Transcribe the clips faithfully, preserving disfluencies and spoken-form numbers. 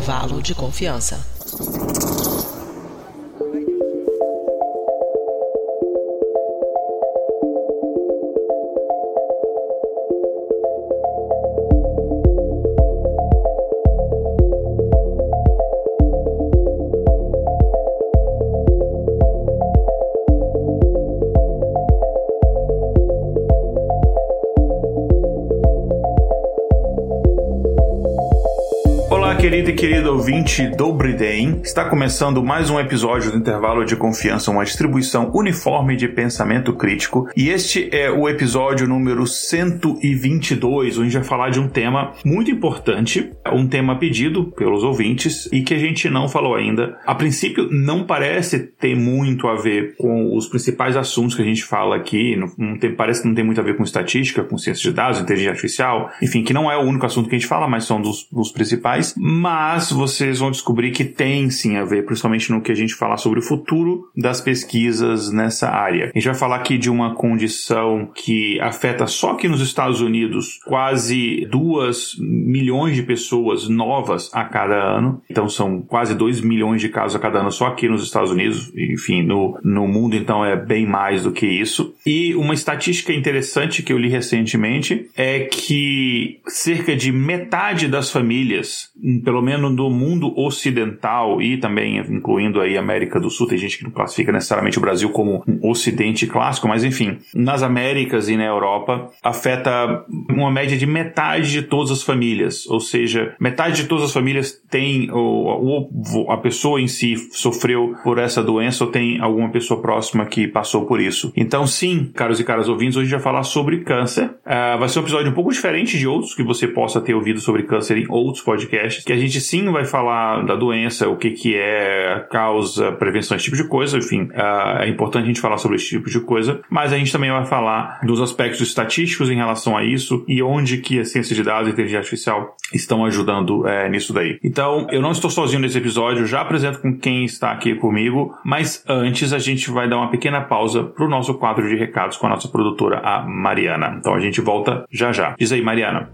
Intervalo de confiança. Querido e querido ouvinte Dobry Den, está começando mais um episódio do Intervalo de Confiança, uma distribuição uniforme de pensamento crítico, e este é o episódio número cento e vinte e dois, onde a gente vai falar de um tema muito importante, um tema pedido pelos ouvintes e que a gente não falou ainda. A princípio não parece ter muito a ver com os principais assuntos que a gente fala aqui, não, não tem, parece que não tem muito a ver com estatística, com ciência de dados, inteligência artificial, enfim, que não é o único assunto que a gente fala, mas são dos, dos principais. Mas vocês vão descobrir que tem sim a ver, principalmente no que a gente falar sobre o futuro das pesquisas nessa área. A gente vai falar aqui de uma condição que afeta só aqui nos Estados Unidos quase duas milhões de pessoas novas a cada ano. Então são quase dois milhões de casos a cada ano só aqui nos Estados Unidos. Enfim, no, no mundo então é bem mais do que isso. E uma estatística interessante que eu li recentemente é que cerca de metade das famílias, pelo menos do mundo ocidental e também incluindo aí a América do Sul, tem gente que não classifica necessariamente o Brasil como um ocidente clássico, mas enfim, nas Américas e na Europa afeta uma média de metade de todas as famílias, ou seja, metade de todas as famílias tem, ou, ou a pessoa em si sofreu por essa doença ou tem alguma pessoa próxima que passou por isso. Então sim, caros e caras ouvintes, hoje a gente vai falar sobre câncer. Uh, vai ser um episódio um pouco diferente de outros que você possa ter ouvido sobre câncer em outros podcasts, que a gente sim vai falar da doença, o que que é a causa, prevenção, esse tipo de coisa, enfim, uh, é importante a gente falar sobre esse tipo de coisa, mas a gente também vai falar dos aspectos estatísticos em relação a isso e onde que a ciência de dados e a inteligência artificial estão ajudando é, nisso daí. Então, eu não estou sozinho nesse episódio, já apresento com quem está aqui comigo, mas antes a gente vai dar uma pequena pausa para o nosso quadro de recados com a nossa produtora, a Mariana. Então a gente volta já já. Diz aí, Mariana.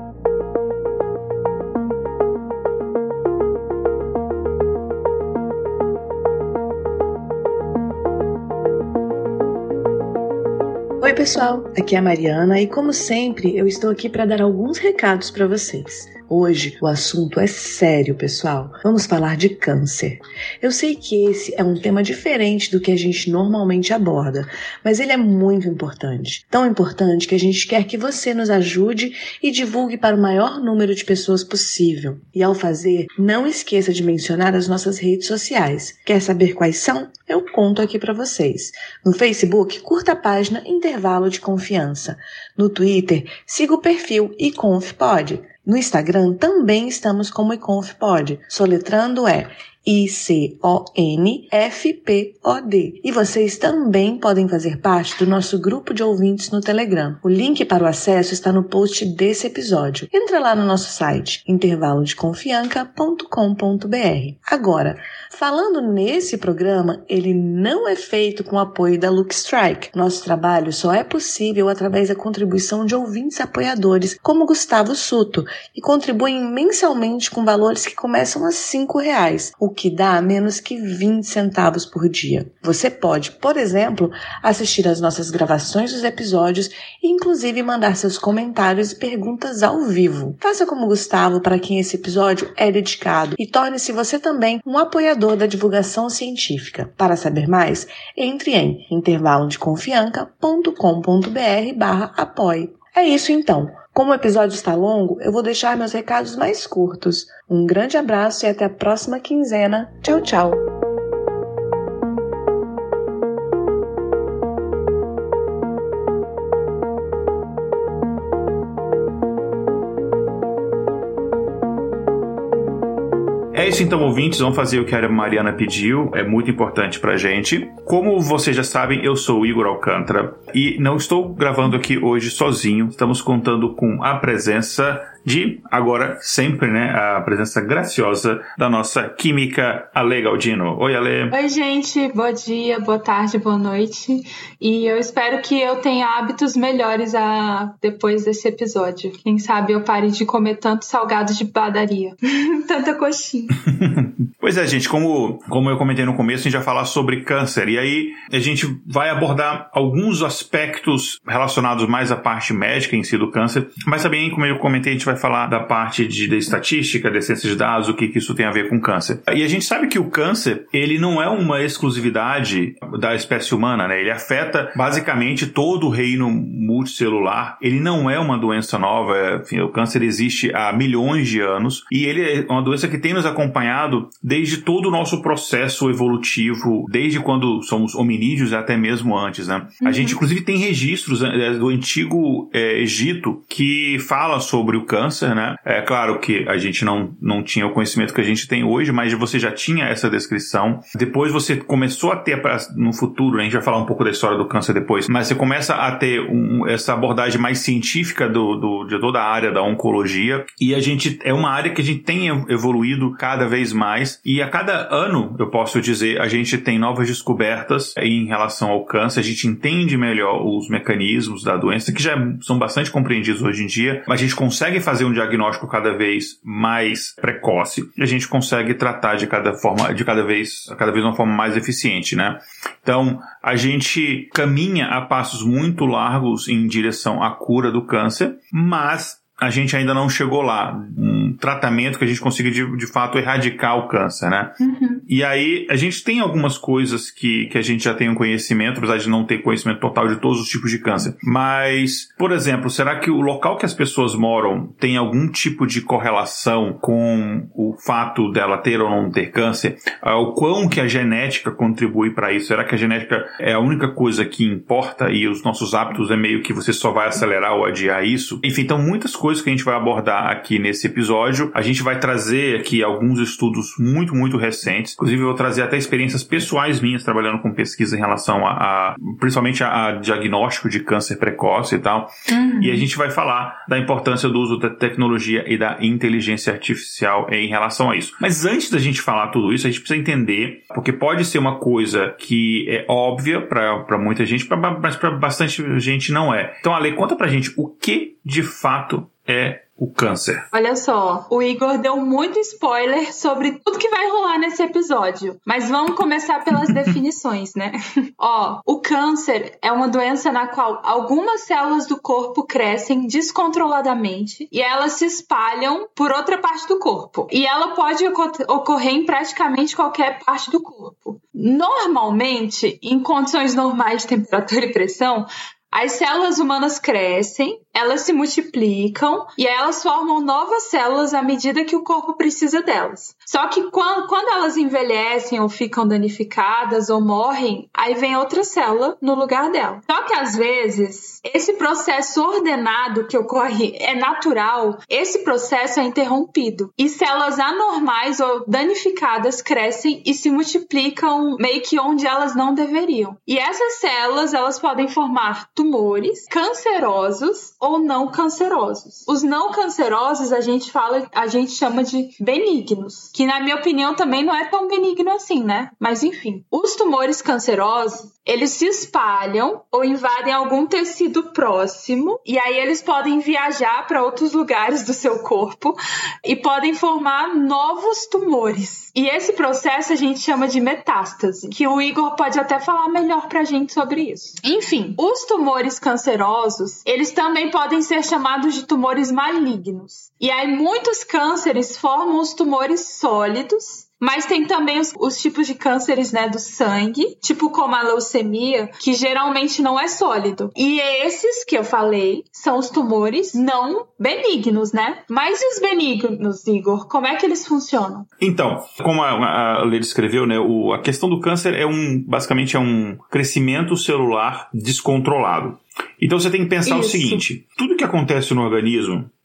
Oi pessoal, aqui é a Mariana e como sempre eu estou aqui para dar alguns recados para vocês. Hoje o assunto é sério, pessoal. Vamos falar de câncer. Eu sei que esse é um tema diferente do que a gente normalmente aborda, mas ele é muito importante. Tão importante que a gente quer que você nos ajude e divulgue para o maior número de pessoas possível. E ao fazer, não esqueça de mencionar as nossas redes sociais. Quer saber quais são? Eu conto aqui para vocês. No Facebook, curta a página Intervalo de Confiança. No Twitter, siga o perfil iconfpod. No Instagram também estamos como iconfpod. Soletrando é I C O N F P O D. E vocês também podem fazer parte do nosso grupo de ouvintes no Telegram. O link para o acesso está no post desse episódio. Entra lá no nosso site, intervalo de confianca ponto com ponto b r. Agora, falando nesse programa, ele não é feito com o apoio da Lookstrike. Nosso trabalho só é possível através da contribuição de ouvintes apoiadores, como Gustavo Suto, que contribuem mensalmente com valores que começam a cinco reais, o que dá menos que vinte centavos por dia. Você pode, por exemplo, assistir às nossas gravações dos episódios e inclusive mandar seus comentários e perguntas ao vivo. Faça como Gustavo, para quem esse episódio é dedicado, e torne-se você também um apoiador da divulgação científica. Para saber mais, entre em intervalo de confianca ponto com ponto b r barra apoie. É isso então. Como o episódio está longo, eu vou deixar meus recados mais curtos. Um grande abraço e até a próxima quinzena. Tchau, tchau! É isso então, ouvintes, vamos fazer o que a Mariana pediu, é muito importante pra gente. Como vocês já sabem, eu sou o Igor Alcântara e não estou gravando aqui hoje sozinho, estamos contando com a presença de, agora, sempre, né, a presença graciosa da nossa química Ale Galdino. Oi, Ale. Oi, gente. Bom dia, boa tarde, boa noite. E eu espero que eu tenha hábitos melhores a... depois desse episódio. Quem sabe eu pare de comer tanto salgado de padaria. Tanta coxinha. Pois é, gente, como, como eu comentei no começo, a gente vai falar sobre câncer. E aí a gente vai abordar alguns aspectos relacionados mais à parte médica em si do câncer, mas também, como eu comentei, a gente vai falar da parte de, de estatística, de ciência de dados, o que, que isso tem a ver com câncer. E a gente sabe que o câncer, ele não é uma exclusividade da espécie humana, né? Ele afeta basicamente todo o reino multicelular. Ele não é uma doença nova, enfim, o câncer existe há milhões de anos e ele é uma doença que tem nos acompanhado desde todo o nosso processo evolutivo, desde quando somos hominídeos até mesmo antes, né? Uhum. A gente, inclusive, tem registros né, do antigo é, Egito que fala sobre o câncer, né? É claro que a gente não, não tinha o conhecimento que a gente tem hoje, mas você já tinha essa descrição. Depois você começou a ter, no futuro, né? A gente vai falar um pouco da história do câncer depois, mas você começa a ter um, essa abordagem mais científica do, do, de toda a área da oncologia, e a gente, é uma área que a gente tem evoluído cada vez mais, e a cada ano, eu posso dizer, a gente tem novas descobertas em relação ao câncer, a gente entende melhor os mecanismos da doença, que já são bastante compreendidos hoje em dia, mas a gente consegue fazer um diagnóstico cada vez mais precoce, e a gente consegue tratar de cada forma, de cada vez, cada vez de uma forma mais eficiente, né? Então, a gente caminha a passos muito largos em direção à cura do câncer, mas a gente ainda não chegou lá. Um tratamento que a gente consiga, de, de fato, erradicar o câncer, né? Uhum. E aí, a gente tem algumas coisas que, que a gente já tem um conhecimento, apesar de não ter conhecimento total de todos os tipos de câncer. Mas, por exemplo, será que o local que as pessoas moram tem algum tipo de correlação com o fato dela ter ou não ter câncer? O quão que a genética contribui para isso? Será que a genética é a única coisa que importa e os nossos hábitos é meio que você só vai acelerar ou adiar isso? Enfim, então muitas coisas que a gente vai abordar aqui nesse episódio. A gente vai trazer aqui alguns estudos muito, muito recentes. Inclusive, eu vou trazer até experiências pessoais minhas trabalhando com pesquisa em relação a, a principalmente a, a diagnóstico de câncer precoce e tal. Uhum. E a gente vai falar da importância do uso da tecnologia e da inteligência artificial em relação a isso. Mas antes da gente falar tudo isso, a gente precisa entender, porque pode ser uma coisa que é óbvia para muita gente, pra, mas para bastante gente não é. Então, Ale, conta pra gente o que de fato é o câncer. Olha só, o Igor deu muito spoiler sobre tudo que vai rolar nesse episódio, mas vamos começar pelas definições, né? Ó, o câncer é uma doença na qual algumas células do corpo crescem descontroladamente e elas se espalham por outra parte do corpo. E ela pode ocorrer em praticamente qualquer parte do corpo. Normalmente, em condições normais de temperatura e pressão, as células humanas crescem, elas se multiplicam e elas formam novas células à medida que o corpo precisa delas. Só que quando, quando elas envelhecem ou ficam danificadas ou morrem, aí vem outra célula no lugar dela. Só que às vezes, esse processo ordenado que ocorre é natural, esse processo é interrompido. E células anormais ou danificadas crescem e se multiplicam meio que onde elas não deveriam. E essas células, elas podem formar tumores cancerosos ou não cancerosos. Os não cancerosos a gente fala, a gente chama de benignos, que na minha opinião também não é tão benigno assim, né? Mas enfim, os tumores cancerosos, eles se espalham ou invadem algum tecido próximo e aí eles podem viajar para outros lugares do seu corpo e podem formar novos tumores. E esse processo a gente chama de metástase, que o Igor pode até falar melhor pra gente sobre isso. Enfim, os tumores cancerosos, eles também podem ser chamados de tumores malignos. E aí muitos cânceres formam os tumores sólidos, mas tem também os, os tipos de cânceres, né, do sangue, tipo como a leucemia, que geralmente não é sólido. E esses que eu falei são os tumores não benignos, né? Mas e os benignos, Igor? Como é que eles funcionam? Então, como a, a Lê descreveu, né, o, a questão do câncer é um, basicamente é um crescimento celular descontrolado. Então você tem que pensar Isso. o seguinte, tudo que acontece no organismo,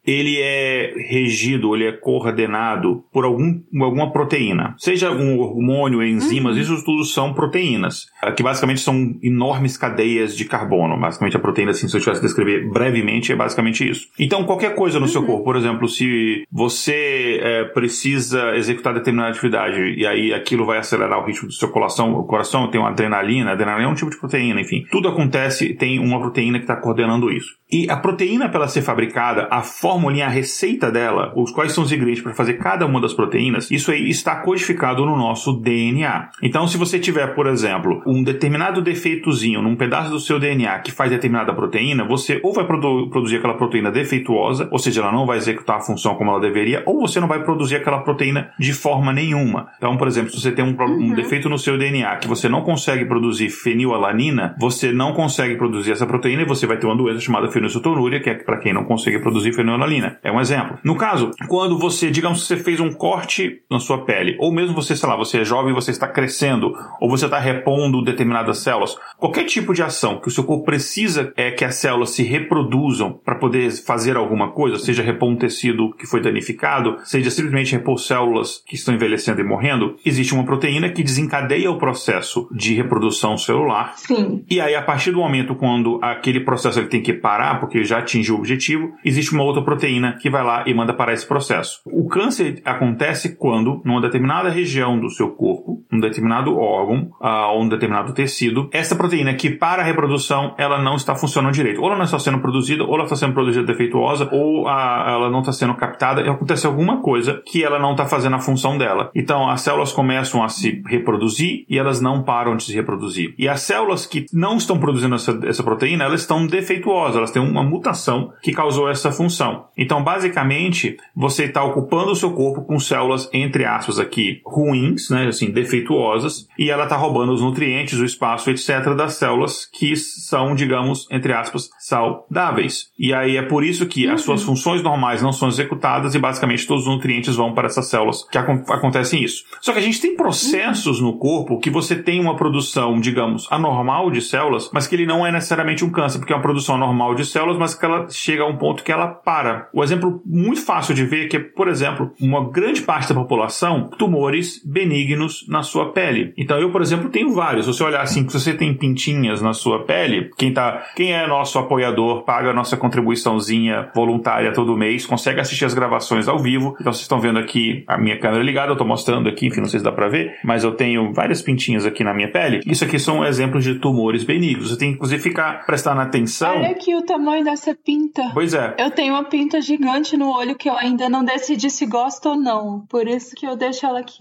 ele é regido, ele é coordenado por algum, alguma proteína. Seja um hormônio, enzimas, uhum. isso tudo são proteínas, que basicamente são enormes cadeias de carbono. Basicamente a proteína, assim, se eu tivesse que descrever brevemente, é basicamente isso. Então, qualquer coisa no uhum. seu corpo, por exemplo, se você é, precisa executar determinada atividade e aí aquilo vai acelerar o ritmo do seu coração, o coração tem uma adrenalina, a adrenalina é um tipo de proteína, enfim. Tudo acontece, tem uma proteína que está coordenando isso. E a proteína, para ela ser fabricada, a formulinha, a receita dela, os quais são os ingredientes para fazer cada uma das proteínas, isso aí está codificado no nosso D N A. Então, se você tiver, por exemplo, um determinado defeitozinho num pedaço do seu D N A que faz determinada proteína, você ou vai produ- produzir aquela proteína defeituosa, ou seja, ela não vai executar a função como ela deveria, ou você não vai produzir aquela proteína de forma nenhuma. Então, por exemplo, se você tem um, um defeito no seu D N A que você não consegue produzir fenilalanina, você não consegue produzir essa proteína e você vai ter uma doença chamada fenilcetonúria, que é para quem não consegue produzir fenilalanina. É um exemplo. No caso, quando você, digamos que você fez um corte na sua pele, ou mesmo você, sei lá, você é jovem e você está crescendo, ou você está repondo determinadas células, qualquer tipo de ação que o seu corpo precisa é que as células se reproduzam para poder fazer alguma coisa, seja repor um tecido que foi danificado, seja simplesmente repor células que estão envelhecendo e morrendo, existe uma proteína que desencadeia o processo de reprodução celular. Sim. E aí, a partir do momento quando aquele processo ele tem que parar, porque ele já atingiu o objetivo, existe uma outra proteína que vai lá e manda parar esse processo. O câncer acontece quando, numa determinada região do seu corpo, num determinado órgão, uh, ou num determinado tecido, essa proteína que para a reprodução, ela não está funcionando direito. Ou ela não está sendo produzida, ou ela está sendo produzida defeituosa, ou uh, ela não está sendo captada, e acontece alguma coisa que ela não está fazendo a função dela. Então, as células começam a se reproduzir e elas não param de se reproduzir. E as células que não estão produzindo essa, essa proteína, elas estão defeituosas, elas têm uma mutação que causou essa função. Então, basicamente, você está ocupando o seu corpo com células, entre aspas aqui, ruins, né, assim, defeituosas, e ela está roubando os nutrientes, o espaço, etcétera, das células que são, digamos, entre aspas, saudáveis. E aí é por isso que uhum. as suas funções normais não são executadas e, basicamente, todos os nutrientes vão para essas células que ac- acontecem isso. Só que a gente tem processos uhum. no corpo que você tem uma produção, digamos, anormal de células, mas que ele não é necessariamente um câncer, porque é uma produção anormal de células, mas que ela chega a um ponto que ela para. O exemplo muito fácil de ver é que é, por exemplo, uma grande parte da população, tumores benignos na sua pele. Então, eu, por exemplo, tenho vários. Se você olhar assim, se você tem pintinhas na sua pele, quem, tá, quem é nosso apoiador, paga a nossa contribuiçãozinha voluntária todo mês, consegue assistir as gravações ao vivo. Então, vocês estão vendo aqui a minha câmera ligada, eu estou mostrando aqui, enfim, não sei se dá pra ver, mas eu tenho várias pintinhas aqui na minha pele. Isso aqui são exemplos de tumores benignos. Você tem que, inclusive, ficar prestando atenção. Olha aqui o tamanho dessa pinta. Pois é. Eu tenho uma pinta gigante no olho que eu ainda não decidi se gosto ou não. Por isso que eu deixo ela aqui.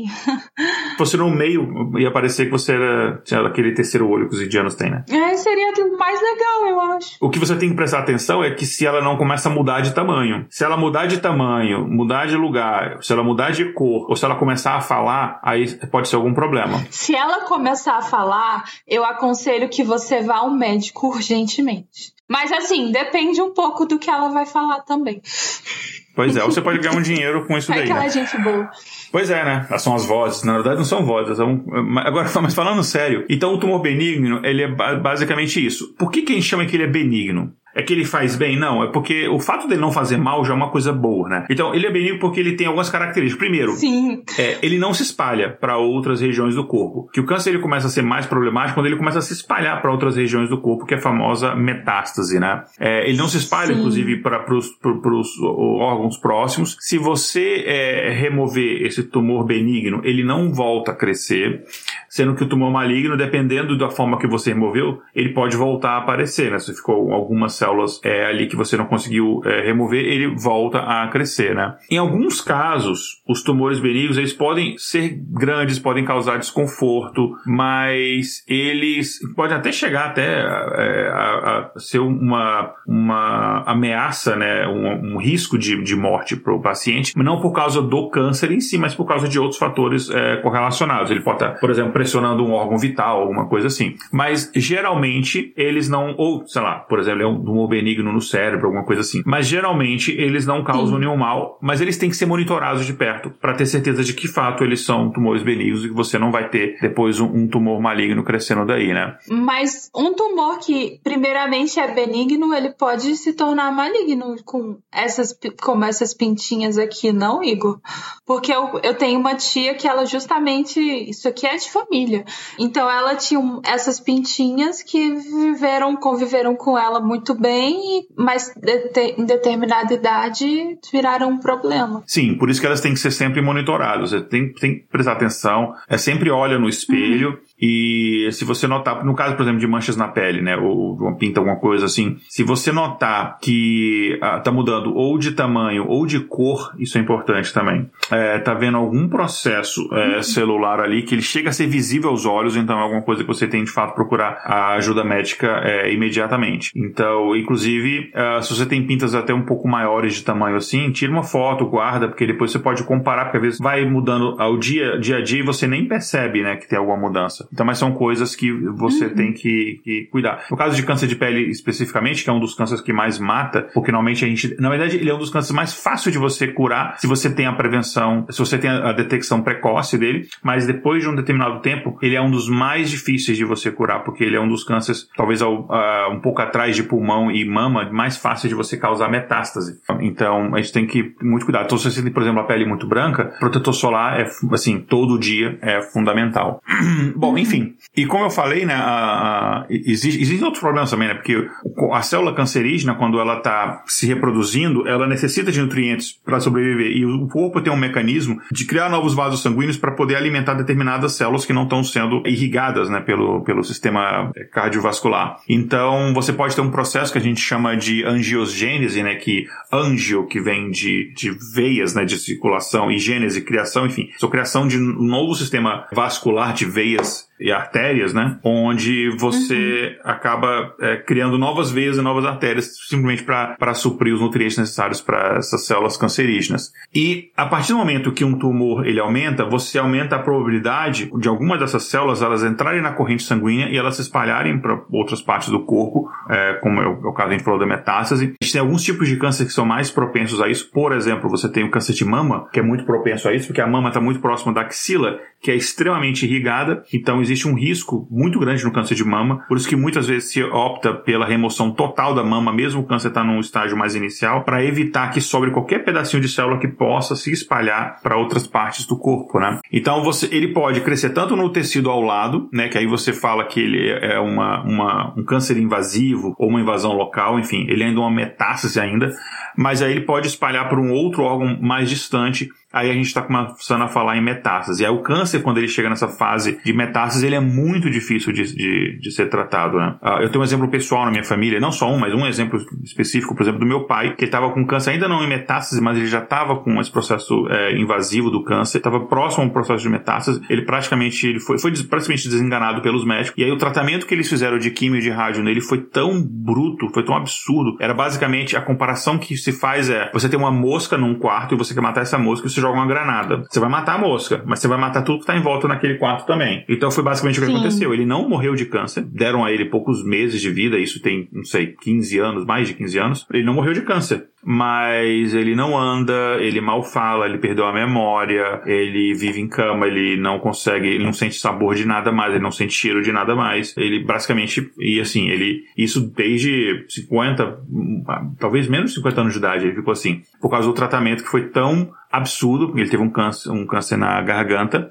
Se fosse no meio, ia parecer que você era, tinha aquele terceiro olho que os indianos têm, né? É, seria mais legal, eu acho. O que você tem que prestar atenção é que se ela não começa a mudar de tamanho. Se ela mudar de tamanho, mudar de lugar, se ela mudar de cor, ou se ela começar a falar, aí pode ser algum problema. Se ela começar a falar, eu aconselho que você vá ao médico urgentemente. Mas assim, depende um pouco do que ela vai falar também. Pois é, ou você pode ganhar um dinheiro com isso daí. Aquela né? gente boa. Pois é, né? São as vozes. Na verdade, não são vozes. São... Agora, mas falando sério, então o tumor benigno, ele é basicamente isso. Por que que a gente chama que ele é benigno? É que ele faz bem? Não, é porque o fato dele não fazer mal já é uma coisa boa, né? Então, ele é benigno porque ele tem algumas características. Primeiro, Sim. É, ele não se espalha para outras regiões do corpo. Que o câncer ele começa a ser mais problemático quando ele começa a se espalhar para outras regiões do corpo, que é a famosa metástase, né? É, ele não se espalha, Sim. inclusive, para os órgãos próximos. Se você é, remover esse tumor benigno, ele não volta a crescer, sendo que o tumor maligno, dependendo da forma que você removeu, ele pode voltar a aparecer, né? Se ficou algumas células é, ali que você não conseguiu é, remover, ele volta a crescer, né? Em alguns casos, os tumores benignos, eles podem ser grandes, podem causar desconforto, mas eles podem até chegar até é, a, a ser uma, uma ameaça, né? Um, um risco de, de morte para o paciente, mas não por causa do câncer em si, mas por causa de outros fatores é, correlacionados. Ele pode estar, por exemplo, pressionando um órgão vital, alguma coisa assim. Mas, geralmente, eles não, ou, sei lá, por exemplo, é um tumor benigno no cérebro, alguma coisa assim. Mas geralmente eles não causam Sim. nenhum mal, mas eles têm que ser monitorados de perto para ter certeza de que fato eles são tumores benignos e que você não vai ter depois um, um tumor maligno crescendo daí, né? Mas um tumor que primeiramente é benigno, ele pode se tornar maligno com essas, como essas pintinhas aqui, não, Igor? Porque eu, eu tenho uma tia que ela justamente, isso aqui é de família, então ela tinha um, essas pintinhas que viveram, conviveram com ela muito bem, mas de, em determinada idade viraram um problema. Sim, por isso que elas têm que ser sempre monitoradas, você tem, tem que prestar atenção, é sempre olha no espelho, uhum. E se você notar, no caso, por exemplo, de manchas na pele, né, ou de uma pinta, alguma coisa assim, se você notar que ah, tá mudando ou de tamanho ou de cor, isso é importante também, é, tá vendo algum processo é, celular ali que ele chega a ser visível aos olhos, então é alguma coisa que você tem de fato procurar a ajuda médica é, imediatamente. Então, inclusive, uh, se você tem pintas até um pouco maiores de tamanho assim, tira uma foto, guarda, porque depois você pode comparar, porque às vezes vai mudando ao dia, dia a dia e você nem percebe, né, que tem alguma mudança. Então, mas são coisas que você uhum. tem que, que cuidar. No caso de câncer de pele especificamente, que é um dos cânceres que mais mata, porque normalmente a gente, na verdade, ele é um dos cânceres mais fáceis de você curar se você tem a prevenção, se você tem a detecção precoce dele, mas depois de um determinado tempo, ele é um dos mais difíceis de você curar, porque ele é um dos cânceres, talvez ao, uh, um pouco atrás de pulmão e mama, mais fácil de você causar metástase. Então, a gente tem que ter muito cuidado. Então, se você tem, por exemplo, a pele muito branca, protetor solar é, assim, todo dia é fundamental. Bom, enfim. E como eu falei, né, a, a, existe, existem outros problemas também, né, porque a célula cancerígena, quando ela está se reproduzindo, ela necessita de nutrientes para sobreviver. E o corpo tem um mecanismo de criar novos vasos sanguíneos para poder alimentar determinadas células que não estão sendo irrigadas, né, pelo, pelo sistema cardiovascular. Então, você pode ter um processo que a gente chama de angiogênese, né, que angio, que vem de, de veias, né, de circulação, e gênese, criação, enfim, sua criação de um novo sistema vascular de veias e artérias, né? Onde você uhum. acaba é, criando novas veias e novas artérias simplesmente para suprir os nutrientes necessários para essas células cancerígenas. E a partir do momento que um tumor ele aumenta, você aumenta a probabilidade de algumas dessas células elas entrarem na corrente sanguínea e elas se espalharem para outras partes do corpo, é, como é o, é o caso que a gente falou da metástase. A gente tem alguns tipos de câncer que são mais propensos a isso. Por exemplo, você tem o câncer de mama, que é muito propenso a isso, porque a mama está muito próxima da axila, que é extremamente irrigada, então existe um risco muito grande no câncer de mama, por isso que muitas vezes se opta pela remoção total da mama, mesmo o câncer está num estágio mais inicial, para evitar que sobre qualquer pedacinho de célula que possa se espalhar para outras partes do corpo, né? Então você, ele pode crescer tanto no tecido ao lado, né, que aí você fala que ele é uma, uma, um câncer invasivo ou uma invasão local, enfim, ele é ainda uma metástase ainda, mas aí ele pode espalhar para um outro órgão mais distante. Aí a gente está começando a falar em metástase. E aí o câncer, quando ele chega nessa fase de metástase, ele é muito difícil de, de, de ser tratado, né? Uh, eu tenho um exemplo pessoal na minha família, não só um, mas um exemplo específico, por exemplo, do meu pai, que estava com câncer ainda não em metástase, mas ele já estava com esse processo é, invasivo do câncer, estava próximo a um processo de metástase, ele praticamente ele foi, foi praticamente desenganado pelos médicos, e aí o tratamento que eles fizeram de químio e de rádio nele foi tão bruto, foi tão absurdo, era basicamente a comparação que se faz é, você tem uma mosca num quarto e você quer matar essa mosca, você joga uma granada. Você vai matar a mosca, mas você vai matar tudo que está em volta naquele quarto também. Então foi basicamente o que Sim. aconteceu. Ele não morreu de câncer, deram a ele poucos meses de vida, isso tem, não sei, quinze anos, mais de quinze anos. Ele não morreu de câncer, mas ele não anda, ele mal fala, ele perdeu a memória, ele vive em cama, ele não consegue, ele não sente sabor de nada mais, ele não sente cheiro de nada mais. Ele basicamente, e assim, ele, isso desde cinquenta, talvez menos de cinquenta anos de idade, ele ficou assim, por causa do tratamento que foi tão absurdo, ele teve um câncer, um câncer na garganta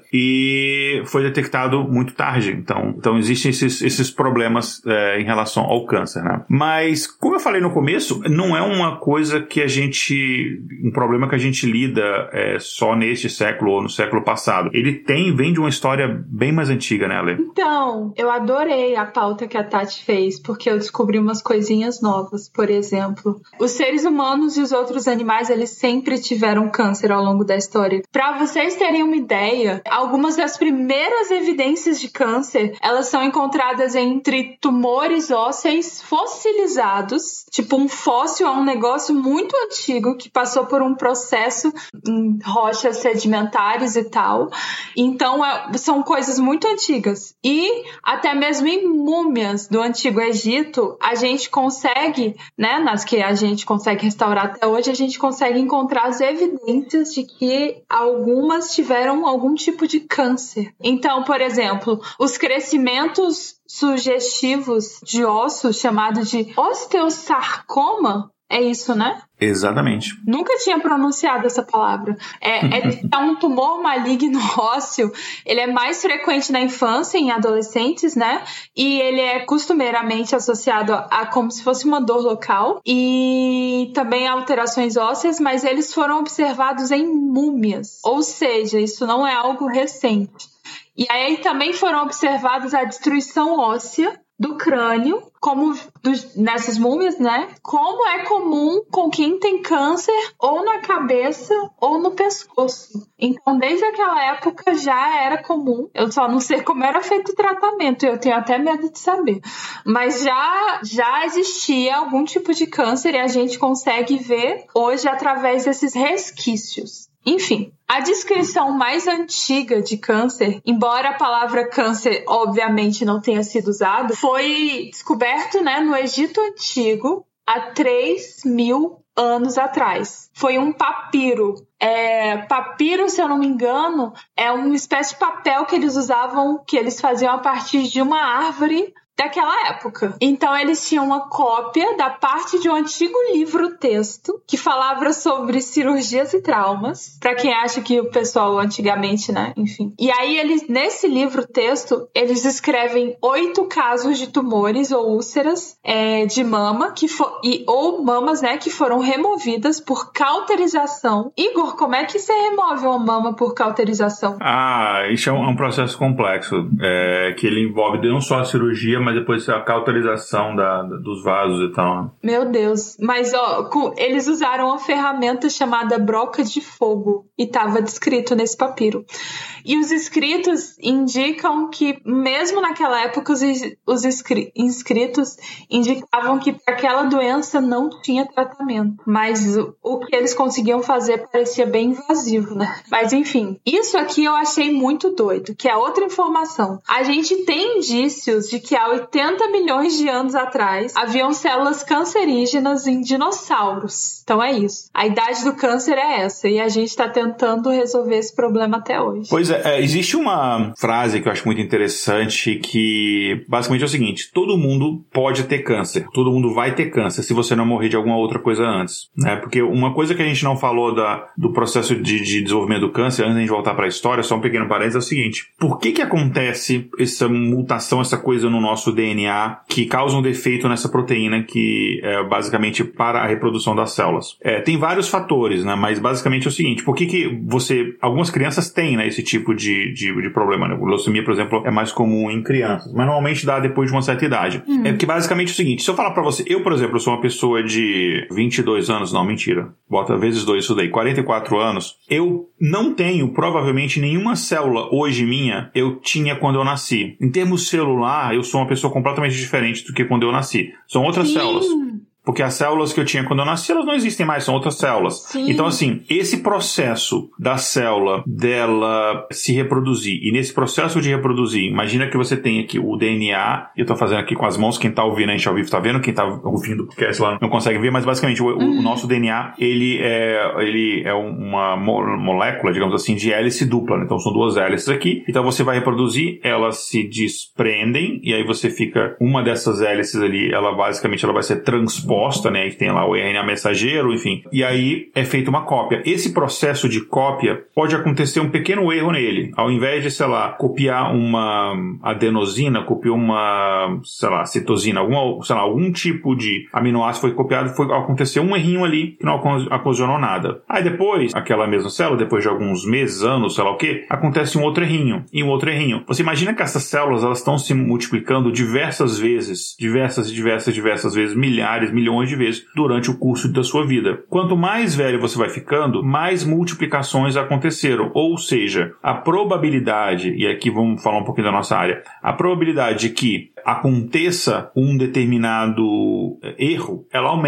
e foi detectado muito tarde. Então, então existem esses, esses problemas é, em relação ao câncer, né? Mas, como eu falei no começo, não é uma coisa que a gente, um problema que a gente lida é, só neste século ou no século passado. Ele tem, vem de uma história bem mais antiga, né, Ale? Então, eu adorei a pauta que a Tati fez, porque eu descobri umas coisinhas novas. Por exemplo, os seres humanos e os outros animais, eles sempre tiveram câncer ao longo da história. Para vocês terem uma ideia, algumas das primeiras evidências de câncer, elas são encontradas entre tumores ósseos fossilizados. Tipo, um fóssil é um negócio muito antigo que passou por um processo em rochas sedimentares e tal. Então, é, são coisas muito antigas. E até mesmo em múmias do Antigo Egito, a gente consegue, né, nas que a gente consegue restaurar até hoje, a gente consegue encontrar as evidências de que algumas tiveram algum tipo de câncer. Então, por exemplo, os crescimentos sugestivos de ossos, chamado de osteosarcoma, é isso, né? Exatamente. Nunca tinha pronunciado essa palavra. É, é um tumor maligno ósseo. Ele é mais frequente na infância, em adolescentes, né? E ele é costumeiramente associado a, a como se fosse uma dor local e também alterações ósseas, mas eles foram observados em múmias. Ou seja, isso não é algo recente. E aí também foram observados a destruição óssea do crânio, como dos, nessas múmias, né? Como é comum com quem tem câncer ou na cabeça ou no pescoço. Então, desde aquela época já era comum. Eu só não sei como era feito o tratamento, eu tenho até medo de saber. Mas já, já existia algum tipo de câncer e a gente consegue ver hoje através desses resquícios. Enfim, a descrição mais antiga de câncer, embora a palavra câncer obviamente não tenha sido usada, foi descoberto, né, no Egito Antigo há três mil anos atrás. Foi um papiro. É, papiro, se eu não me engano, é uma espécie de papel que eles usavam, que eles faziam a partir de uma árvore daquela época. Então eles tinham uma cópia da parte de um antigo livro-texto que falava sobre cirurgias e traumas, para quem acha que o pessoal antigamente, né, enfim. E aí eles, nesse livro-texto, eles escrevem oito casos de tumores ou úlceras é, de mama que for, e, ou mamas, né, que foram removidas por cauterização. Igor, como é que você remove uma mama por cauterização? Ah, isso é um, é um processo complexo, é, que ele envolve não só a cirurgia, mas depois a cauterização da, da, dos vasos e tal. Meu Deus. Mas, ó, com, eles usaram uma ferramenta chamada broca de fogo e estava descrito nesse papiro. E os escritos indicam que, mesmo naquela época, os, os inscritos indicavam que para aquela doença não tinha tratamento. Mas o, o que eles conseguiam fazer parecia bem invasivo, né? Mas, enfim, isso aqui eu achei muito doido, que é outra informação. A gente tem indícios de que há oitenta milhões de anos atrás haviam células cancerígenas em dinossauros. Então é isso. A idade do câncer é essa e a gente está tentando resolver esse problema até hoje. Pois é, é, existe uma frase que eu acho muito interessante que basicamente é o seguinte: todo mundo pode ter câncer, todo mundo vai ter câncer se você não morrer de alguma outra coisa antes, né? Porque uma coisa que a gente não falou da, do processo de, de desenvolvimento do câncer, antes de a gente voltar para a história, só um pequeno parênteses, é o seguinte: por que que acontece essa mutação, essa coisa no nosso D N A que causa um defeito nessa proteína que é basicamente para a reprodução das células? É, tem vários fatores, né? Mas basicamente é o seguinte: por que que você... Algumas crianças têm, né, esse tipo de, de, de problema, né? Leucemia, por exemplo, é mais comum em crianças, mas normalmente dá depois de uma certa idade. Hum. É porque basicamente é o seguinte: se eu falar pra você, eu, por exemplo, sou uma pessoa de vinte e dois anos, não, mentira, bota vezes dois isso daí, quarenta e quatro anos, eu não tenho provavelmente nenhuma célula hoje minha eu tinha quando eu nasci. Em termos celular, eu sou uma pessoa completamente diferente do que quando eu nasci. São outras Sim. células. Porque as células que eu tinha quando eu nasci, elas não existem mais, são outras células. Sim. Então, assim, esse processo da célula dela se reproduzir, e nesse processo de reproduzir, imagina que você tem aqui o D N A, eu tô fazendo aqui com as mãos, quem tá ouvindo a gente ao vivo tá vendo, quem tá ouvindo o podcast lá não consegue ver, mas basicamente o, uhum. o nosso D N A, ele é, ele é uma molécula, digamos assim, de hélice dupla, né? Então são duas hélices aqui, então você vai reproduzir, elas se desprendem, e aí você fica, uma dessas hélices ali, ela basicamente ela vai ser transposta, né, que tem lá o R N A mensageiro, enfim, e aí é feita uma cópia. Esse processo de cópia pode acontecer um pequeno erro nele. Ao invés de, sei lá, copiar uma adenosina, copiou uma, sei lá, citosina, alguma, sei lá, algum tipo de aminoácido foi copiado, foi, aconteceu um errinho ali que não ocasionou nada. Aí depois, aquela mesma célula, depois de alguns meses, anos, sei lá o que, acontece um outro errinho, e um outro errinho. Você imagina que essas células, elas estão se multiplicando diversas vezes, diversas, diversas, diversas vezes, milhares, milhões de vezes durante o curso da sua vida. Quanto mais velho você vai ficando, mais multiplicações aconteceram. Ou seja, a probabilidade, e aqui vamos falar um pouquinho da nossa área, a probabilidade de que aconteça um determinado erro, ela aumenta.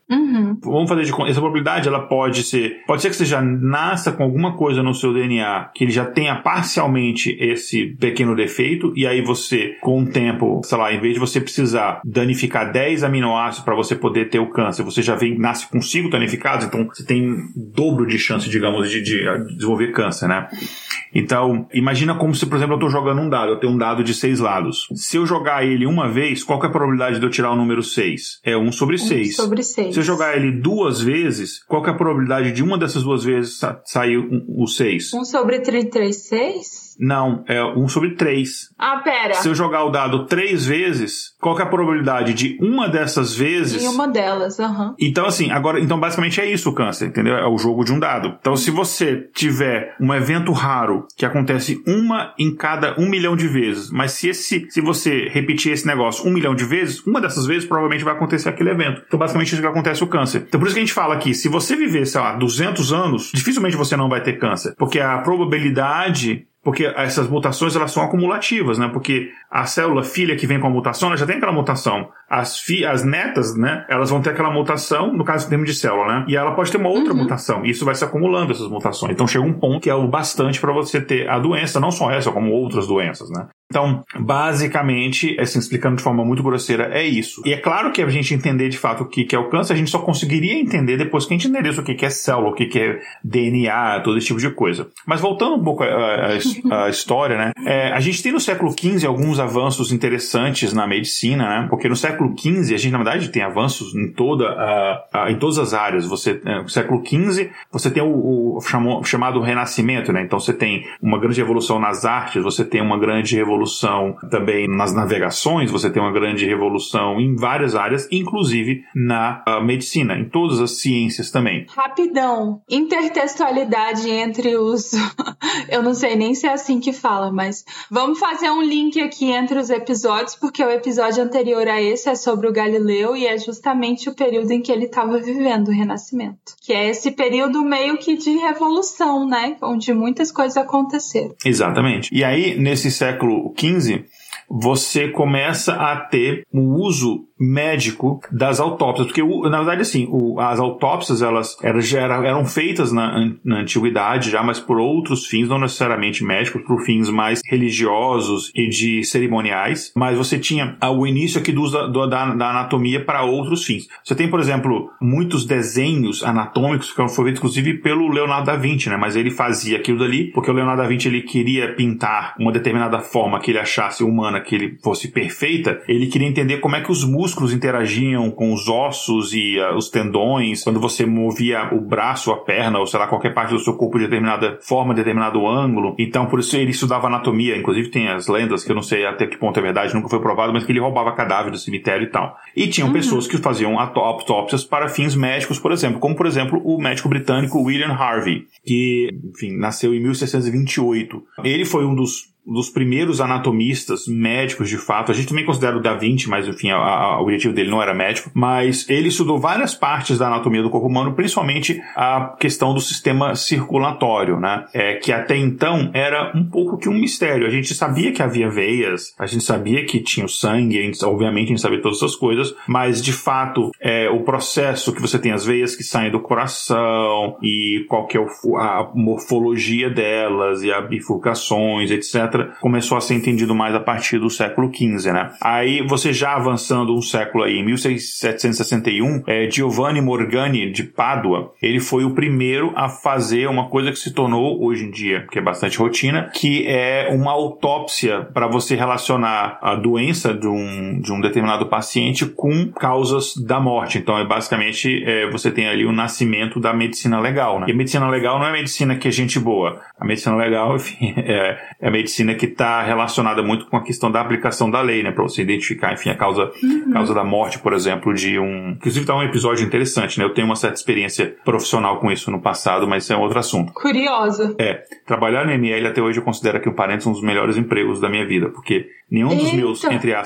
Uhum. Vamos fazer de conta. Essa probabilidade, ela pode ser... Pode ser que você já nasça com alguma coisa no seu D N A que ele já tenha parcialmente esse pequeno defeito, e aí você, com o tempo, sei lá, em vez de você precisar danificar dez aminoácidos para você poder ter o câncer, você já vem, nasce com cinco danificados, então você tem o dobro de chance, digamos, de, de desenvolver câncer, né? Então, imagina como se, por exemplo, eu estou jogando um dado, eu tenho um dado de seis lados. Se eu jogar ele uma vez, qual que é a probabilidade de eu tirar o número seis? É um sobre seis. um sobre seis. Se eu jogar ele duas vezes, qual que é a probabilidade de uma dessas duas vezes sa- sair um, o seis? um sobre trinta e três, seis? Não, é um sobre três. Ah, pera. Se eu jogar o dado três vezes, qual que é a probabilidade de uma dessas vezes... Em uma delas, aham. Uhum. Então, assim, agora, então basicamente é isso o câncer, entendeu? É o jogo de um dado. Então, se você tiver um evento raro que acontece uma em cada um milhão de vezes, mas se esse, se você repetir esse negócio um milhão de vezes, uma dessas vezes provavelmente vai acontecer aquele evento. Então, basicamente isso que acontece o câncer. Então, por isso que a gente fala aqui, se você viver, sei lá, duzentos anos, dificilmente você não vai ter câncer, porque a probabilidade... Porque essas mutações, elas são acumulativas, né? Porque a célula filha que vem com a mutação, ela já tem aquela mutação. As, fi- as netas, né? Elas vão ter aquela mutação, no caso, em termos de célula, né? E ela pode ter uma outra uhum. mutação. E isso vai se acumulando, essas mutações. Então chega um ponto que é o bastante para você ter a doença, não só essa, como outras doenças, né? Então, basicamente, assim, explicando de forma muito grosseira, é isso. E é claro que a gente entender de fato o que é o câncer, a gente só conseguiria entender depois que a gente entendesse o que é célula, o que é D N A, todo esse tipo de coisa. Mas voltando um pouco à história, né? É, a gente tem no século quinze alguns avanços interessantes na medicina, né? Porque no século quinze, a gente, na verdade, tem avanços em, toda a, a, em todas as áreas. Você, é, no século quinze, você tem o, o chamou, chamado Renascimento, né? Então, você tem uma grande revolução nas artes, você tem uma grande revolução também nas navegações, você tem uma grande revolução em várias áreas, inclusive na medicina, em todas as ciências também. Rapidão, intertextualidade entre os... Eu não sei nem se é assim que fala, mas vamos fazer um link aqui entre os episódios, porque o episódio anterior a esse é sobre o Galileu e é justamente o período em que ele estava vivendo, o Renascimento. Que é esse período meio que de revolução, né? Onde muitas coisas aconteceram. Exatamente. E aí, nesse século quinze, você começa a ter o uso médico das autópsias, porque na verdade assim, o, as autópsias elas, elas já eram, eram feitas na, na antiguidade já, mas por outros fins, não necessariamente médicos, por fins mais religiosos e de cerimoniais, mas você tinha o início aqui do uso da, da, da anatomia para outros fins. Você tem, por exemplo, muitos desenhos anatômicos que foram feitos inclusive pelo Leonardo da Vinci, né? Mas ele fazia aquilo dali porque o Leonardo da Vinci ele queria pintar uma determinada forma que ele achasse humana, que ele fosse perfeita. Ele queria entender como é que os músculos músculos interagiam com os ossos e uh, os tendões, quando você movia o braço, a perna, ou sei lá, qualquer parte do seu corpo de determinada forma, de determinado ângulo. Então, por isso ele estudava anatomia. Inclusive tem as lendas, que eu não sei até que ponto é verdade, nunca foi provado, mas que ele roubava cadáver do cemitério e tal. E tinham uhum. pessoas que faziam autópsias para fins médicos, por exemplo, como, por exemplo, o médico britânico William Harvey, que, enfim, nasceu em mil seiscentos e vinte e oito. Ele foi um dos dos primeiros anatomistas médicos, de fato. A gente também considera o Da Vinci, mas, enfim, a, a, o objetivo dele não era médico. Mas ele estudou várias partes da anatomia do corpo humano, principalmente a questão do sistema circulatório, né? É, que até então era um pouco que um mistério. A gente sabia que havia veias, a gente sabia que tinha o sangue, a gente, obviamente a gente sabia todas essas coisas, mas, de fato, é, o processo que você tem as veias que saem do coração e qual que é o, a morfologia delas e as bifurcações, etcétera, começou a ser entendido mais a partir do século quinze, né? Aí, você já avançando um século aí, em mil setecentos e sessenta e um, é, Giovanni Morgani, de Pádua, ele foi o primeiro a fazer uma coisa que se tornou, hoje em dia, que é bastante rotina, que é uma autópsia para você relacionar a doença de um, de um determinado paciente com causas da morte. Então, é basicamente, é, você tem ali o nascimento da medicina legal, né? E a medicina legal não é a medicina que é gente boa. A medicina legal, enfim, é, é a medicina que está relacionada muito com a questão da aplicação da lei, né? Para você identificar, enfim, a causa, uhum. causa da morte, por exemplo, de um... Inclusive, tá um episódio interessante, né? Eu tenho uma certa experiência profissional com isso no passado, mas isso é outro assunto. Curiosa. É. Trabalhar no M L até hoje eu considero aqui um parênteses um dos melhores empregos da minha vida, porque nenhum Eita. dos meus, entre aspas,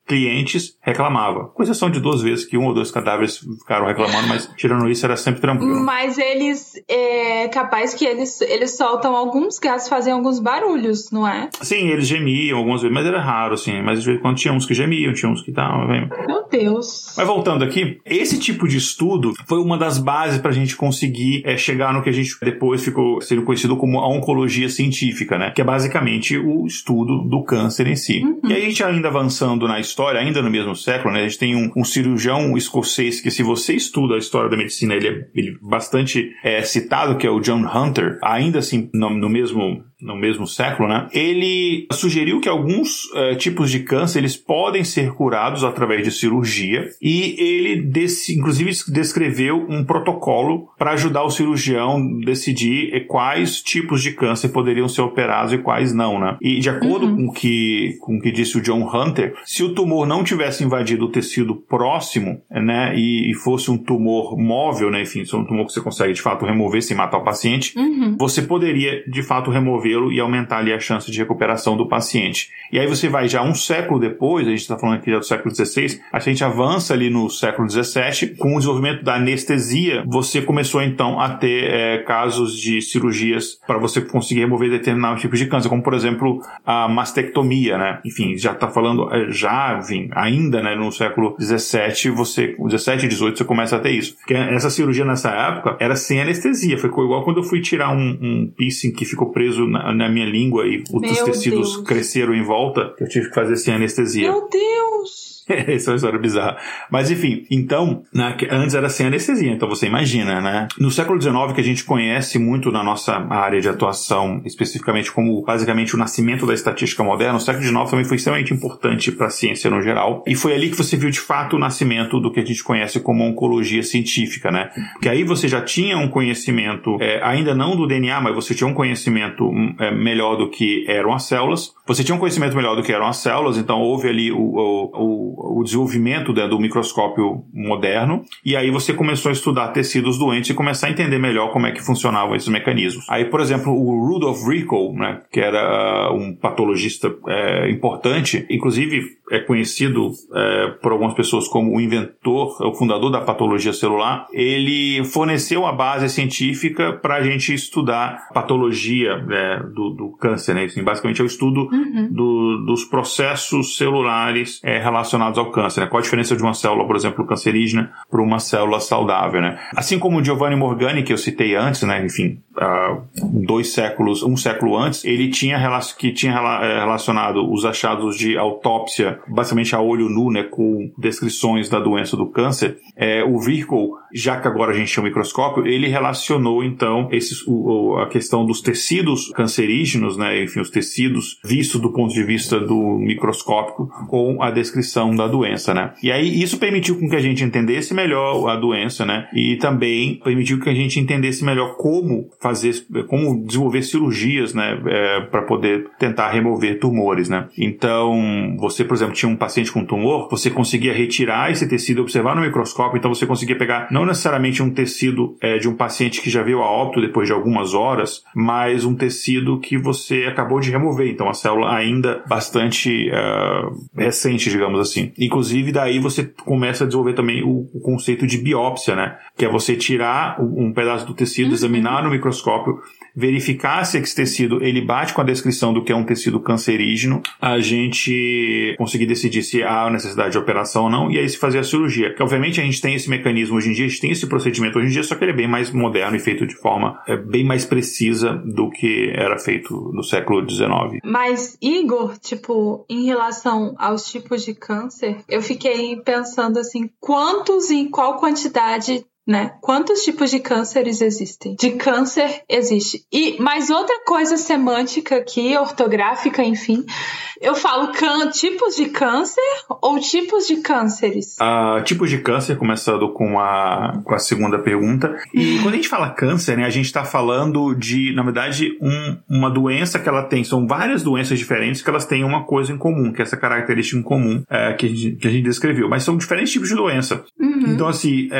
clientes reclamavam. Com exceção de duas vezes que um ou dois cadáveres ficaram reclamando, mas tirando isso era sempre tranquilo. Mas eles, é capaz que eles, eles soltam alguns gases, fazem alguns barulhos, não é? Sim, eles gemiam algumas vezes, mas era raro, assim. Mas de vez em quando tinha uns que gemiam, tinha uns que estavam... Meu Deus. Mas voltando aqui, esse tipo de estudo foi uma das bases pra gente conseguir é, chegar no que a gente depois ficou sendo conhecido como a oncologia científica, né? Que é basicamente o estudo do câncer em si. Uhum. E aí a gente ainda avançando na história, ainda no mesmo século, né? A gente tem um, um cirurgião escocês que, se você estuda a história da medicina, ele é, ele é bastante é, citado, que é o John Hunter, ainda assim no, no mesmo... no mesmo século, né? Ele sugeriu que alguns é, tipos de câncer eles podem ser curados através de cirurgia, e ele des, inclusive descreveu um protocolo para ajudar o cirurgião a decidir quais tipos de câncer poderiam ser operados e quais não, né? E de acordo uhum. com que, com o que disse o John Hunter, se o tumor não tivesse invadido o tecido próximo, né, e, e fosse um tumor móvel, né, enfim, se é um tumor que você consegue de fato remover sem matar o paciente, uhum. você poderia de fato remover e aumentar ali a chance de recuperação do paciente. E aí você vai já um século depois, a gente está falando aqui já do século dezesseis, a gente avança ali no século dezessete, com o desenvolvimento da anestesia, você começou então a ter é, casos de cirurgias para você conseguir remover determinados tipos de câncer, como por exemplo a mastectomia, né? Enfim, já está falando, já, enfim, ainda, né, no século dezessete, você, dezessete e dezoito, você começa a ter isso. Porque essa cirurgia nessa época era sem anestesia, foi igual quando eu fui tirar um, um piercing que ficou preso na na minha língua e os tecidos Deus. cresceram em volta, eu tive que fazer sem anestesia. Meu Deus! Essa é uma história bizarra. Mas enfim, então, na, antes era sem anestesia, então você imagina, né? No século dezenove, que a gente conhece muito na nossa área de atuação, especificamente como basicamente o nascimento da estatística moderna, o século dezenove também foi extremamente importante para a ciência no geral, e foi ali que você viu de fato o nascimento do que a gente conhece como oncologia científica, né? Que aí você já tinha um conhecimento, é, ainda não do D N A, mas você tinha um conhecimento é, melhor do que eram as células, você tinha um conhecimento melhor do que eram as células, então houve ali o, o, o o desenvolvimento, né, do microscópio moderno, e aí você começou a estudar tecidos doentes e começar a entender melhor como é que funcionavam esses mecanismos. Aí, por exemplo, o Rudolf Virchow, né, que era uh, um patologista é, importante, inclusive é conhecido é, por algumas pessoas como o inventor, o fundador da patologia celular, ele forneceu a base científica para a gente estudar patologia é, do, do câncer, né? Assim, basicamente é o estudo uhum. do, dos processos celulares é, relacionados ao câncer, né? Qual a diferença de uma célula, por exemplo, cancerígena para uma célula saudável, né? Assim como o Giovanni Morgani, que eu citei antes, né? Enfim, uh, dois séculos, um século antes, ele tinha, que tinha relacionado os achados de autópsia, basicamente a olho nu, né? Com descrições da doença do câncer. É, o Virchow, já que agora a gente chama microscópio, ele relacionou, então, esses, o, a questão dos tecidos cancerígenos, né? Enfim, os tecidos vistos do ponto de vista do microscópico com a descrição da doença, né? E aí isso permitiu com que a gente entendesse melhor a doença, né? E também permitiu que a gente entendesse melhor como fazer, como desenvolver cirurgias, né? É, para poder tentar remover tumores, né? Então, você, por exemplo, tinha um paciente com tumor, você conseguia retirar esse tecido, observar no microscópio, então você conseguia pegar não necessariamente um tecido é, de um paciente que já veio a óbito depois de algumas horas, mas um tecido que você acabou de remover, então a célula ainda bastante uh, recente, digamos assim. Inclusive, daí você começa a desenvolver também o, o conceito de biópsia, né? Que é você tirar um pedaço do tecido, examinar no microscópio, verificar se esse tecido ele bate com a descrição do que é um tecido cancerígeno, a gente conseguir decidir se há necessidade de operação ou não, e aí se fazer a cirurgia. Que obviamente a gente tem esse mecanismo hoje em dia, a gente tem esse procedimento hoje em dia, só que ele é bem mais moderno e feito de forma é, bem mais precisa do que era feito no século dezenove. Mas, Igor, tipo, em relação aos tipos de câncer, eu fiquei pensando assim, quantos e em qual quantidade, né? Quantos tipos de cânceres existem? De câncer existe. E mais outra coisa semântica aqui, ortográfica, enfim. Eu falo can, tipos de câncer ou tipos de cânceres? Uh, tipos de câncer, começando com a, com a segunda pergunta. E quando a gente fala câncer, né, a gente está falando de, na verdade, um, uma doença que ela tem. São várias doenças diferentes que elas têm uma coisa em comum, que é essa característica em comum é, que, a gente, que a gente descreveu. Mas são diferentes tipos de doença. Uhum. Então, assim, é,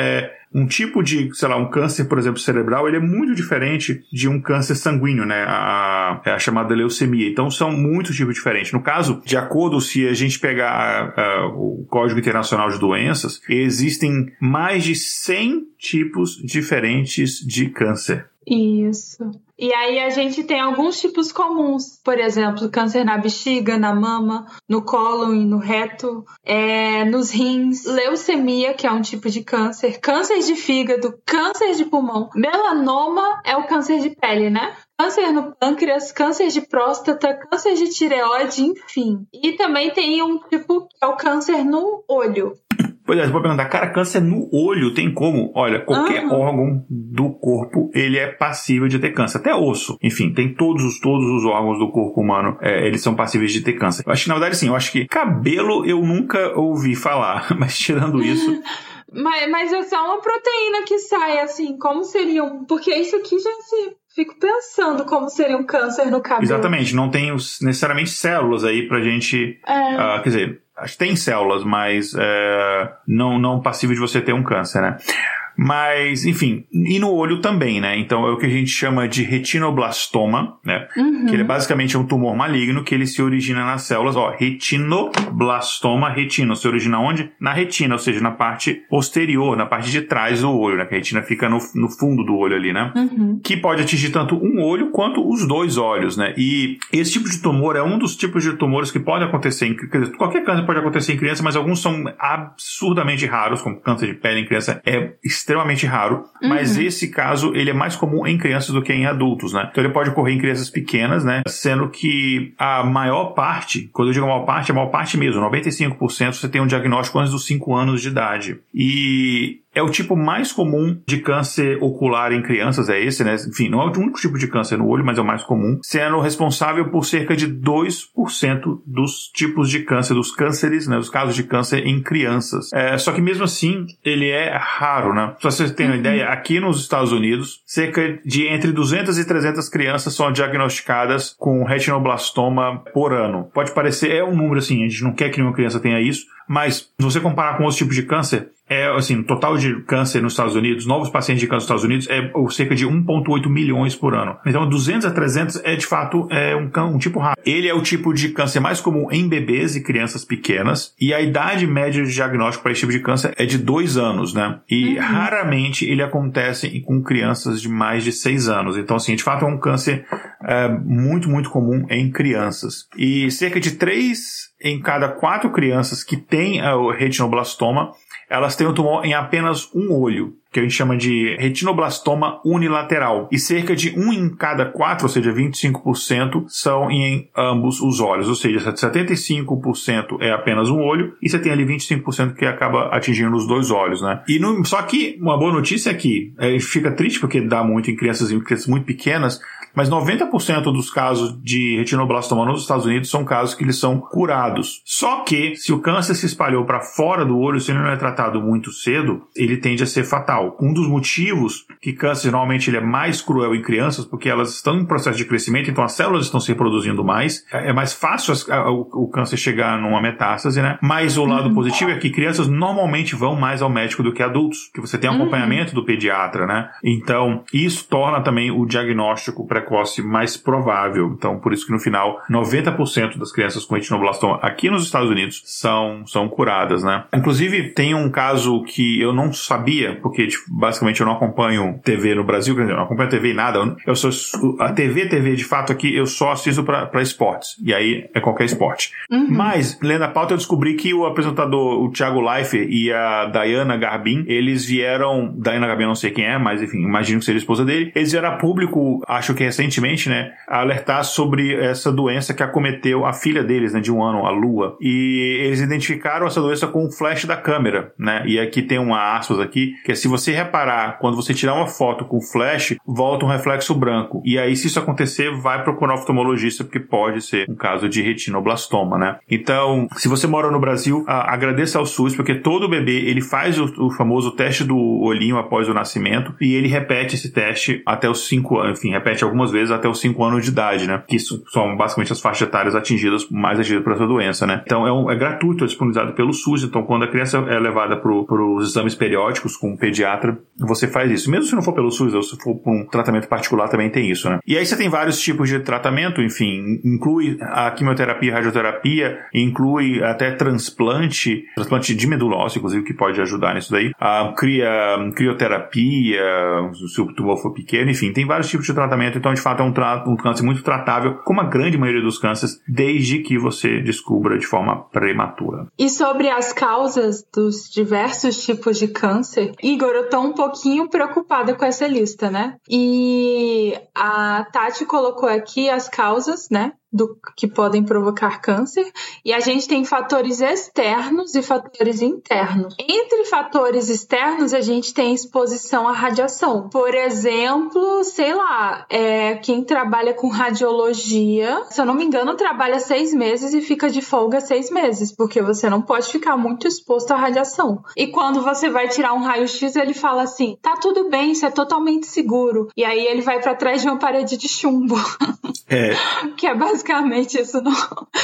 um tipo de, sei lá, um câncer, por exemplo, cerebral, ele é muito diferente de um câncer sanguíneo, né? A, a chamada leucemia. Então, são muitos tipos diferentes. No caso, de acordo, se a gente pegar a, a, o Código Internacional de Doenças, existem mais de cem tipos diferentes de câncer. Isso. E aí a gente tem alguns tipos comuns, por exemplo, câncer na bexiga, na mama, no cólon e no reto, é, nos rins, leucemia, que é um tipo de câncer, câncer de fígado, câncer de pulmão, melanoma é o câncer de pele, né? Câncer no pâncreas, câncer de próstata, câncer de tireoide, enfim. E também tem um tipo que é o câncer no olho. Pois é, você pode perguntar, cara, câncer no olho tem como? Olha, qualquer uhum. órgão do corpo, ele é passível de ter câncer. Até osso. Enfim, tem todos os, todos os órgãos do corpo humano, é, eles são passíveis de ter câncer. Eu acho que, na verdade, sim, eu acho que cabelo eu nunca ouvi falar, mas tirando isso... mas, mas é só uma proteína que sai, assim, como seria um... Porque isso aqui já se... Fico pensando como seria um câncer no cabelo. Exatamente, não tem necessariamente células aí pra gente... É. Uh, quer dizer... Acho que tem células, mas é, não, não passível de você ter um câncer, né? Mas, enfim, e no olho também, né? Então é o que a gente chama de retinoblastoma, né? Uhum. Que ele é basicamente um tumor maligno que ele se origina nas células, ó, retinoblastoma, retina, se origina onde? Na retina, ou seja, na parte posterior, na parte de trás do olho, né? Que a retina fica no, no fundo do olho ali, né? Uhum. Que pode atingir tanto um olho quanto os dois olhos, né? E esse tipo de tumor é um dos tipos de tumores que pode acontecer em, quer dizer, qualquer câncer pode acontecer em criança, mas alguns são absurdamente raros, como câncer de pele em criança é extremamente raro, uhum. mas esse caso ele é mais comum em crianças do que em adultos, né? Então ele pode ocorrer em crianças pequenas, né? Sendo que a maior parte, quando eu digo a maior parte, é a maior parte mesmo, noventa e cinco por cento você tem um diagnóstico antes dos cinco anos de idade. E é o tipo mais comum de câncer ocular em crianças, é esse, né? Enfim, não é o único tipo de câncer no olho, mas é o mais comum, sendo responsável por cerca de dois por cento dos tipos de câncer, dos cânceres, né? Os casos de câncer em crianças. É, só que mesmo assim, ele é raro, né? Pra vocês terem uma uhum. ideia, aqui nos Estados Unidos, cerca de entre duzentas e trezentas crianças são diagnosticadas com retinoblastoma por ano. Pode parecer, é um número assim, a gente não quer que nenhuma criança tenha isso, mas se você comparar com outros tipos de câncer, é assim, o total de câncer nos Estados Unidos, novos pacientes de câncer nos Estados Unidos, é cerca de um vírgula oito milhões por ano. Então, duzentos a trezentos é, de fato, é um, um tipo raro. Ele é o tipo de câncer mais comum em bebês e crianças pequenas, e a idade média de diagnóstico para esse tipo de câncer é de dois anos, né? E uhum. raramente ele acontece com crianças de mais de seis anos. Então, assim, de fato, é um câncer é, muito, muito comum em crianças. E cerca de três em cada quatro crianças que têm o retinoblastoma, elas têm o tumor em apenas um olho, que a gente chama de retinoblastoma unilateral. E cerca de um em cada quatro, ou seja, vinte e cinco por cento, são em ambos os olhos. Ou seja, setenta e cinco por cento é apenas um olho, e você tem ali vinte e cinco por cento que acaba atingindo os dois olhos, né? E no, só que uma boa notícia é que é, fica triste porque dá muito em crianças, em crianças muito pequenas, mas noventa por cento dos casos de retinoblastoma nos Estados Unidos são casos que eles são curados. Só que, se o câncer se espalhou para fora do olho, se ele não é tratado muito cedo, ele tende a ser fatal. Um dos motivos que câncer normalmente ele é mais cruel em crianças, porque elas estão em processo de crescimento, então as células estão se reproduzindo mais, é mais fácil as, a, o, o câncer chegar numa metástase, né? Mas o lado positivo é que crianças normalmente vão mais ao médico do que adultos, que você tem acompanhamento do pediatra, né? Então, isso torna também o diagnóstico precoce mais provável. Então, por isso que no final, noventa por cento das crianças com retinoblastoma aqui nos Estados Unidos são, são curadas, né? Inclusive, tem um caso que eu não sabia, porque tipo, basicamente eu não acompanho T V no Brasil, quer dizer, eu não acompanho T V em nada. Eu sou, a T V, T V de fato aqui, eu só assisto para esportes. E aí é qualquer esporte. Uhum. Mas, lendo a pauta, eu descobri que o apresentador, o Thiago Leifert e a Diana Garbin, eles vieram, Diana Garbin eu não sei quem é, mas enfim, imagino que seja a esposa dele, eles vieram a público, acho que recentemente, né, a alertar sobre essa doença que acometeu a filha deles, né, de um ano, a Lua. E eles identificaram essa doença com o flash da câmera, né, e aqui tem uma aspas aqui, que é se você reparar, quando você tirar uma foto com flash, volta um reflexo branco. E aí, se isso acontecer, vai procurar um oftalmologista, porque pode ser um caso de retinoblastoma, né. Então, se você mora no Brasil, a, agradeça ao SUS, porque todo bebê, ele faz o, o famoso teste do olhinho após o nascimento, e ele repete esse teste até os cinco anos, enfim, repete algumas algumas vezes até os cinco anos de idade, né? Que isso são basicamente as faixas etárias atingidas, mais atingidas por essa doença, né? Então é, um, é gratuito, é disponibilizado pelo SUS. Então quando a criança é levada para os exames periódicos com um pediatra, você faz isso. Mesmo se não for pelo SUS, ou se for por um tratamento particular, também tem isso, né? E aí você tem vários tipos de tratamento, enfim, inclui a quimioterapia, a radioterapia, inclui até transplante, transplante de medula óssea, inclusive, que pode ajudar nisso daí, a cria, crioterapia, se o tumor for pequeno, enfim, tem vários tipos de tratamento. Então, de fato, é um, tra- um câncer muito tratável, como a grande maioria dos cânceres, desde que você descubra de forma prematura. E sobre as causas dos diversos tipos de câncer, Igor, eu tô um pouquinho preocupada com essa lista, né? E a Tati colocou aqui as causas, né? Do que podem provocar câncer, e a gente tem fatores externos e fatores internos. Entre fatores externos, a gente tem exposição à radiação. Por exemplo, sei lá, é, quem trabalha com radiologia, se eu não me engano, trabalha seis meses e fica de folga seis meses, porque você não pode ficar muito exposto à radiação. E quando você vai tirar um raio-x, ele fala assim, tá tudo bem, isso é totalmente seguro. E aí ele vai pra trás de uma parede de chumbo. É. Que é basicamente isso, não.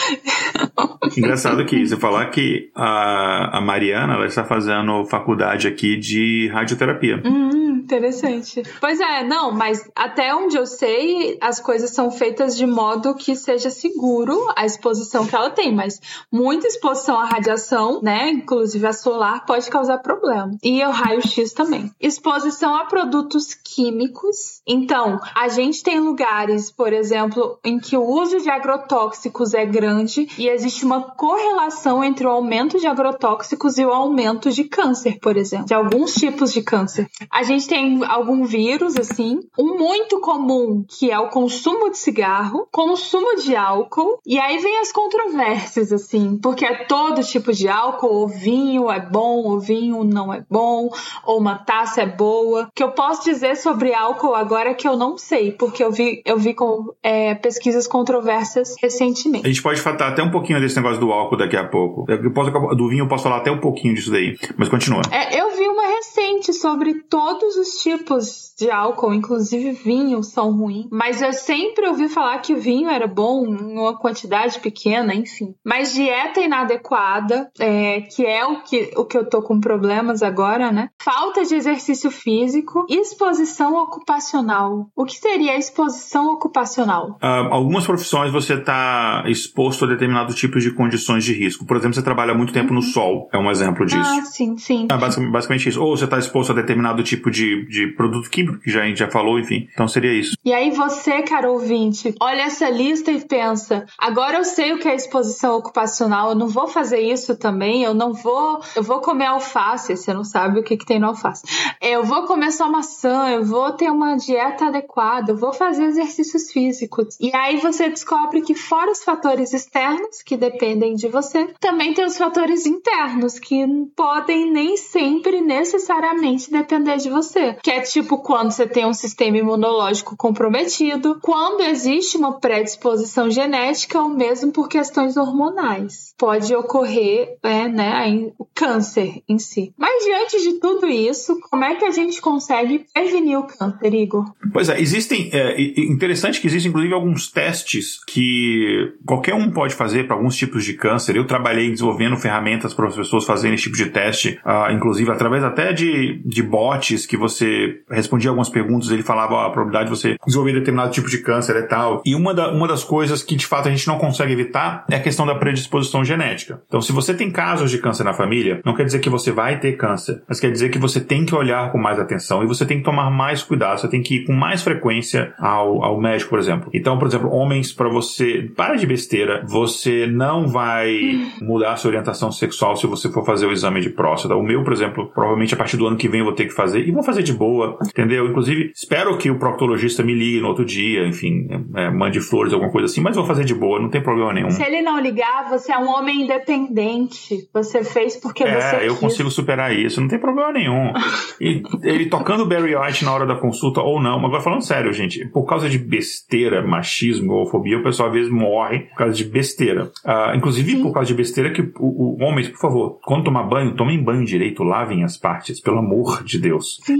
Engraçado que você falar que a, a Mariana, ela está fazendo faculdade aqui de radioterapia. Hum, interessante. Pois é, não, mas até onde eu sei, as coisas são feitas de modo que seja seguro a exposição que ela tem, mas muita exposição à radiação, né, inclusive a solar, pode causar problema. E o raio-x também. Exposição a produtos químicos. Então, a gente tem lugares, por exemplo, em que o uso de agrotóxicos é grande e existe uma correlação entre o aumento de agrotóxicos e o aumento de câncer, por exemplo, de alguns tipos de câncer. A gente tem algum vírus, assim, um muito comum, que é o consumo de cigarro, consumo de álcool, e aí vem as controvérsias, assim, porque é todo tipo de álcool, ou vinho é bom, ou vinho não é bom, ou uma taça é boa. O que eu posso dizer sobre álcool agora é que eu não sei, porque eu vi, eu vi com é, pesquisas controversas recentemente. A gente pode falar até um pouquinho desse negócio do álcool daqui a pouco. Eu posso, do vinho eu posso falar até um pouquinho disso daí, mas continua. É, eu vi uma recente sobre todos os tipos de álcool, inclusive vinho são ruins, mas eu sempre ouvi falar que o vinho era bom em uma quantidade pequena, enfim. Mas dieta inadequada, é, que é o que, o que eu tô com problemas agora, né? Falta de exercício físico, exposição ocupacional. O que seria a exposição ocupacional? Uh, algumas profissões você está exposto a determinados tipos de condições de risco. Por exemplo, você trabalha muito tempo uhum. no sol, é um exemplo disso. Ah, sim, sim. É basicamente, basicamente isso. Ou você está exposto a determinado tipo de, de produto químico, que já, a gente já falou, enfim. Então seria isso. E aí você, caro ouvinte, olha essa lista e pensa, agora eu sei o que é exposição ocupacional, eu não vou fazer isso também, eu não vou, eu vou comer alface, você não sabe o que, que tem no alface. Eu vou comer só maçã, eu vou ter uma dieta adequada, eu vou fazer exercícios físicos. E aí você descobre que fora os fatores externos, que dependem de você, também tem os fatores internos, que podem nem sempre necessariamente depender de você. Que é tipo quando você tem um sistema imunológico comprometido, quando existe uma predisposição genética ou mesmo por questões hormonais. Pode ocorrer é, né, o câncer em si. Mas diante de tudo isso, como é que a gente consegue prevenir o câncer, Igor? Pois é, existem, é interessante que existem inclusive alguns testes que qualquer um pode fazer para alguns tipos de câncer. Eu trabalhei desenvolvendo ferramentas para as pessoas fazerem esse tipo de teste, uh, inclusive através até de, de bots que você respondia algumas perguntas, ele falava oh, a probabilidade de você desenvolver determinado tipo de câncer é tal. E uma, da, uma das coisas que de fato a gente não consegue evitar é a questão da predisposição genética. Então, se você tem casos de câncer na família, não quer dizer que você vai ter câncer, mas quer dizer que você tem que olhar com mais atenção e você tem que tomar mais cuidado, você tem que ir com mais frequência ao, ao médico, por exemplo. Então, por exemplo, homens, para você, para de besteira, você não vai mudar a sua orientação sexual se você for fazer o exame de próstata. O meu, por exemplo, provavelmente a partir do ano que vem eu vou ter que fazer, e vou fazer de boa, entendeu? Inclusive, espero que o proctologista me ligue no outro dia, enfim, é, mande flores, alguma coisa assim, mas vou fazer de boa, não tem problema nenhum. Se ele não ligar, você é um homem independente. Você fez porque é, você É, eu quis. consigo superar isso, não tem problema nenhum. E ele tocando Barry White na hora da consulta ou não, mas agora falando sério, gente, por causa de besteira, machismo, homofobia, o pessoal às vezes morre por causa de besteira. Uh, inclusive, Sim. por causa de besteira que o, o homens, por favor, quando tomar banho, tomem banho direito, lavem as partes, pelo amor de Deus. Sim.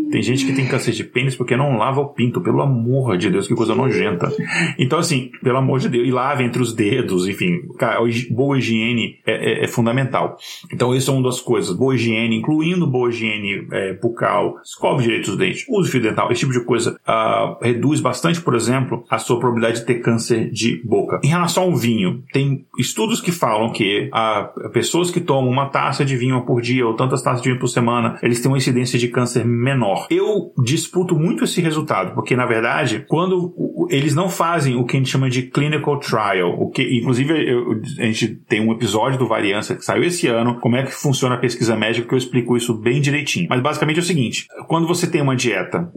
Tem gente que tem câncer de pênis porque não lava o pinto, pelo amor de Deus, que coisa nojenta. Então, assim, pelo amor de Deus, e lava entre os dedos, enfim, boa higiene é, é, é fundamental. Então, isso é uma das coisas, boa higiene, incluindo boa higiene é, bucal, escove direito os dentes, use fio dental, esse tipo de coisa uh, reduz bastante, por exemplo, a sua probabilidade de ter câncer de boca. Em relação ao vinho, tem estudos que falam que uh, pessoas que tomam uma taça de vinho por dia ou tantas taças de vinho por semana, eles têm uma incidência de câncer menor. Eu disputo muito esse resultado, porque, na verdade, quando eles não fazem o que a gente chama de clinical trial, o que, inclusive, eu, a gente tem um episódio do Variância que saiu esse ano, como é que funciona a pesquisa médica, que eu explico isso bem direitinho. Mas, basicamente, é o seguinte, quando você tem uma dieta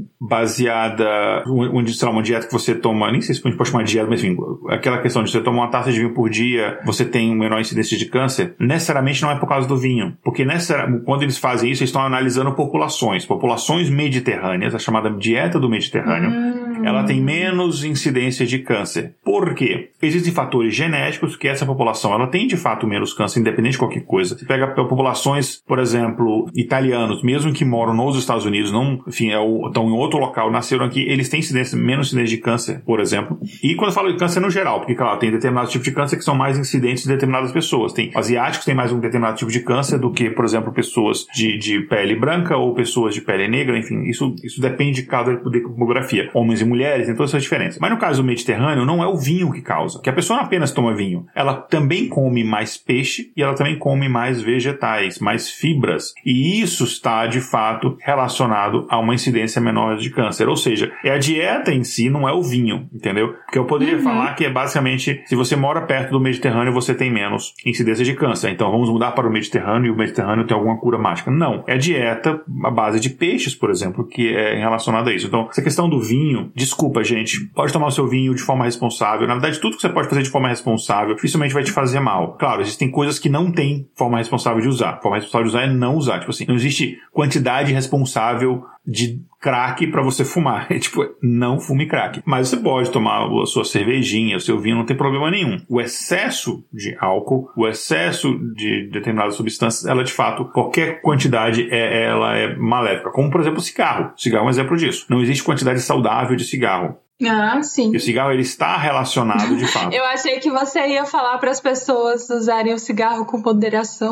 baseada, onde, sei lá, uma dieta que você toma, nem sei se a gente pode chamar de dieta, mas, enfim, aquela questão de você tomar uma taça de vinho por dia, você tem uma menor incidência de câncer, necessariamente não é por causa do vinho, porque necessariamente, quando eles fazem isso, eles estão analisando populações, populações mediterrâneas, a chamada dieta do Mediterrâneo, hum. ela tem menos incidência de câncer. Por quê? Existem fatores genéticos que essa população, ela tem de fato menos câncer, independente de qualquer coisa. Você pega populações, por exemplo, italianos, mesmo que moram nos Estados Unidos, não, enfim, é o, estão em outro local, nasceram aqui, eles têm incidência, menos incidência de câncer, por exemplo. E quando eu falo de câncer no geral, porque, claro, tem determinados tipos de câncer que são mais incidentes em determinadas pessoas. Tem asiáticos têm mais um determinado tipo de câncer do que, por exemplo, pessoas de, de pele branca ou pessoas de pele negra, enfim, isso, isso depende de cada demografia. Homens e mulheres, tem todas essas diferenças. Mas no caso do Mediterrâneo, não é o vinho que causa, que a pessoa não apenas toma vinho, ela também come mais peixe e ela também come mais vegetais, mais fibras. E isso está, de fato, relacionado a uma incidência menor de câncer. Ou seja, é a dieta em si, não é o vinho, entendeu? Porque eu poderia uhum. falar que é basicamente, se você mora perto do Mediterrâneo, você tem menos incidência de câncer. Então vamos mudar para o Mediterrâneo e o Mediterrâneo tem alguma cura mágica. Não. É a dieta à base de peixes, por exemplo, que é relacionada a isso. Então, essa questão do vinho, desculpa, gente, pode tomar o seu vinho de forma responsável. Na verdade, tudo que você pode fazer de forma responsável dificilmente vai te fazer mal. Claro, existem coisas que não tem forma responsável de usar. Forma responsável de usar é não usar. Tipo assim, não existe quantidade responsável de crack pra você fumar. É tipo, não fume crack. Mas você pode tomar a sua cervejinha, o seu vinho, não tem problema nenhum. O excesso de álcool, o excesso de determinadas substâncias, ela de fato, qualquer quantidade, é, ela é maléfica. Como, por exemplo, o cigarro. O cigarro é um exemplo disso. Não existe quantidade saudável de cigarro. Ah, sim. E o cigarro, ele está relacionado, de fato. Eu achei que você ia falar para as pessoas usarem o cigarro com moderação.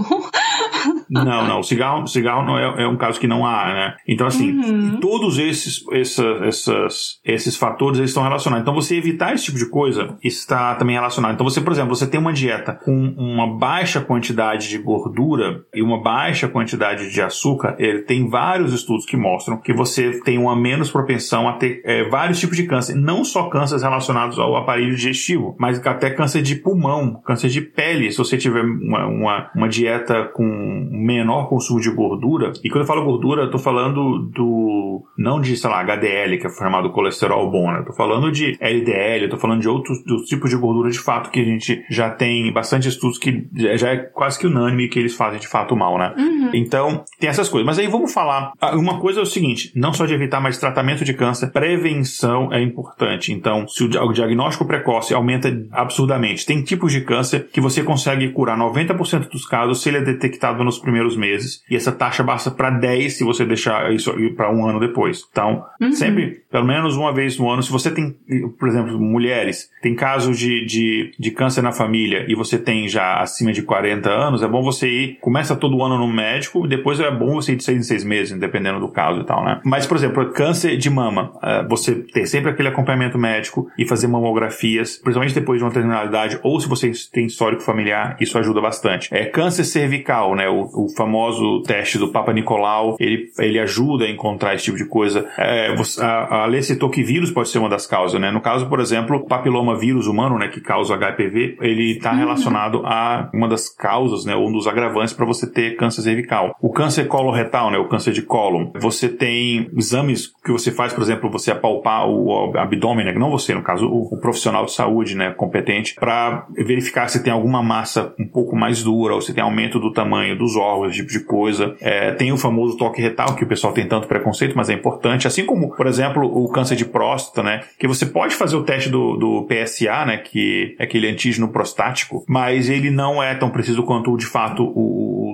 Não, não. O cigarro, o cigarro não é, é um caso que não há, né? Então, assim, uhum. todos esses, essa, essas, esses fatores, eles estão relacionados. Então, você evitar esse tipo de coisa está também relacionado. Então, você, por exemplo, você tem uma dieta com uma baixa quantidade de gordura e uma baixa quantidade de açúcar, ele tem vários estudos que mostram que você tem uma menos propensão a ter é, vários tipos de câncer. Não só cânceres relacionados ao aparelho digestivo, mas até câncer de pulmão, câncer de pele, se você tiver uma, uma, uma dieta com menor consumo de gordura. E quando eu falo gordura, eu tô falando do, não de, sei lá, H D L, que é chamado colesterol bom, né? Eu tô falando de L D L, eu tô falando de outros dos tipos de gordura de fato que a gente já tem bastante estudos que já é quase que unânime que eles fazem de fato mal, né? Uhum. Então, tem essas coisas. Mas aí vamos falar, uma coisa é o seguinte, não só de evitar, mas tratamento de câncer, prevenção é importante. Importante. Então, se o diagnóstico precoce aumenta absurdamente, tem tipos de câncer que você consegue curar noventa por cento dos casos se ele é detectado nos primeiros meses, e essa taxa baixa para dez se você deixar isso para um ano depois. Então, uhum. sempre, pelo menos uma vez no ano, se você tem, por exemplo, mulheres, tem casos de, de, de câncer na família e você tem já acima de quarenta anos, é bom você ir, começa todo ano no médico, e depois é bom você ir de seis em seis meses, dependendo do caso e tal, né? Mas, por exemplo, câncer de mama, você ter sempre aquele acompanhamento médico e fazer mamografias, principalmente depois de uma determinada idade, ou se você tem histórico familiar, isso ajuda bastante. É câncer cervical, né? O, o famoso teste do Papa Nicolau, ele, ele ajuda a encontrar esse tipo de coisa. É, a, a Lê citou que vírus pode ser uma das causas, né? No caso, por exemplo, o papiloma vírus humano, né, que causa o H P V, ele está uhum. relacionado a uma das causas, né, um dos agravantes para você ter câncer cervical. O câncer coloretal, né, o câncer de cólon, você tem exames que você faz, por exemplo, você apalpar o abdômen, né, não você, no caso, o, o profissional de saúde, né, competente, para verificar se tem alguma massa um pouco mais dura, ou se tem aumento do tamanho dos órgãos, esse tipo de coisa. É, tem o famoso toque retal, que o pessoal tem tanto preconceito, mas é importante, assim como, por exemplo, o câncer de próstata, né, que você pode fazer o teste do, do P S A, né, que é aquele antígeno prostático, mas ele não é tão preciso quanto, de fato, o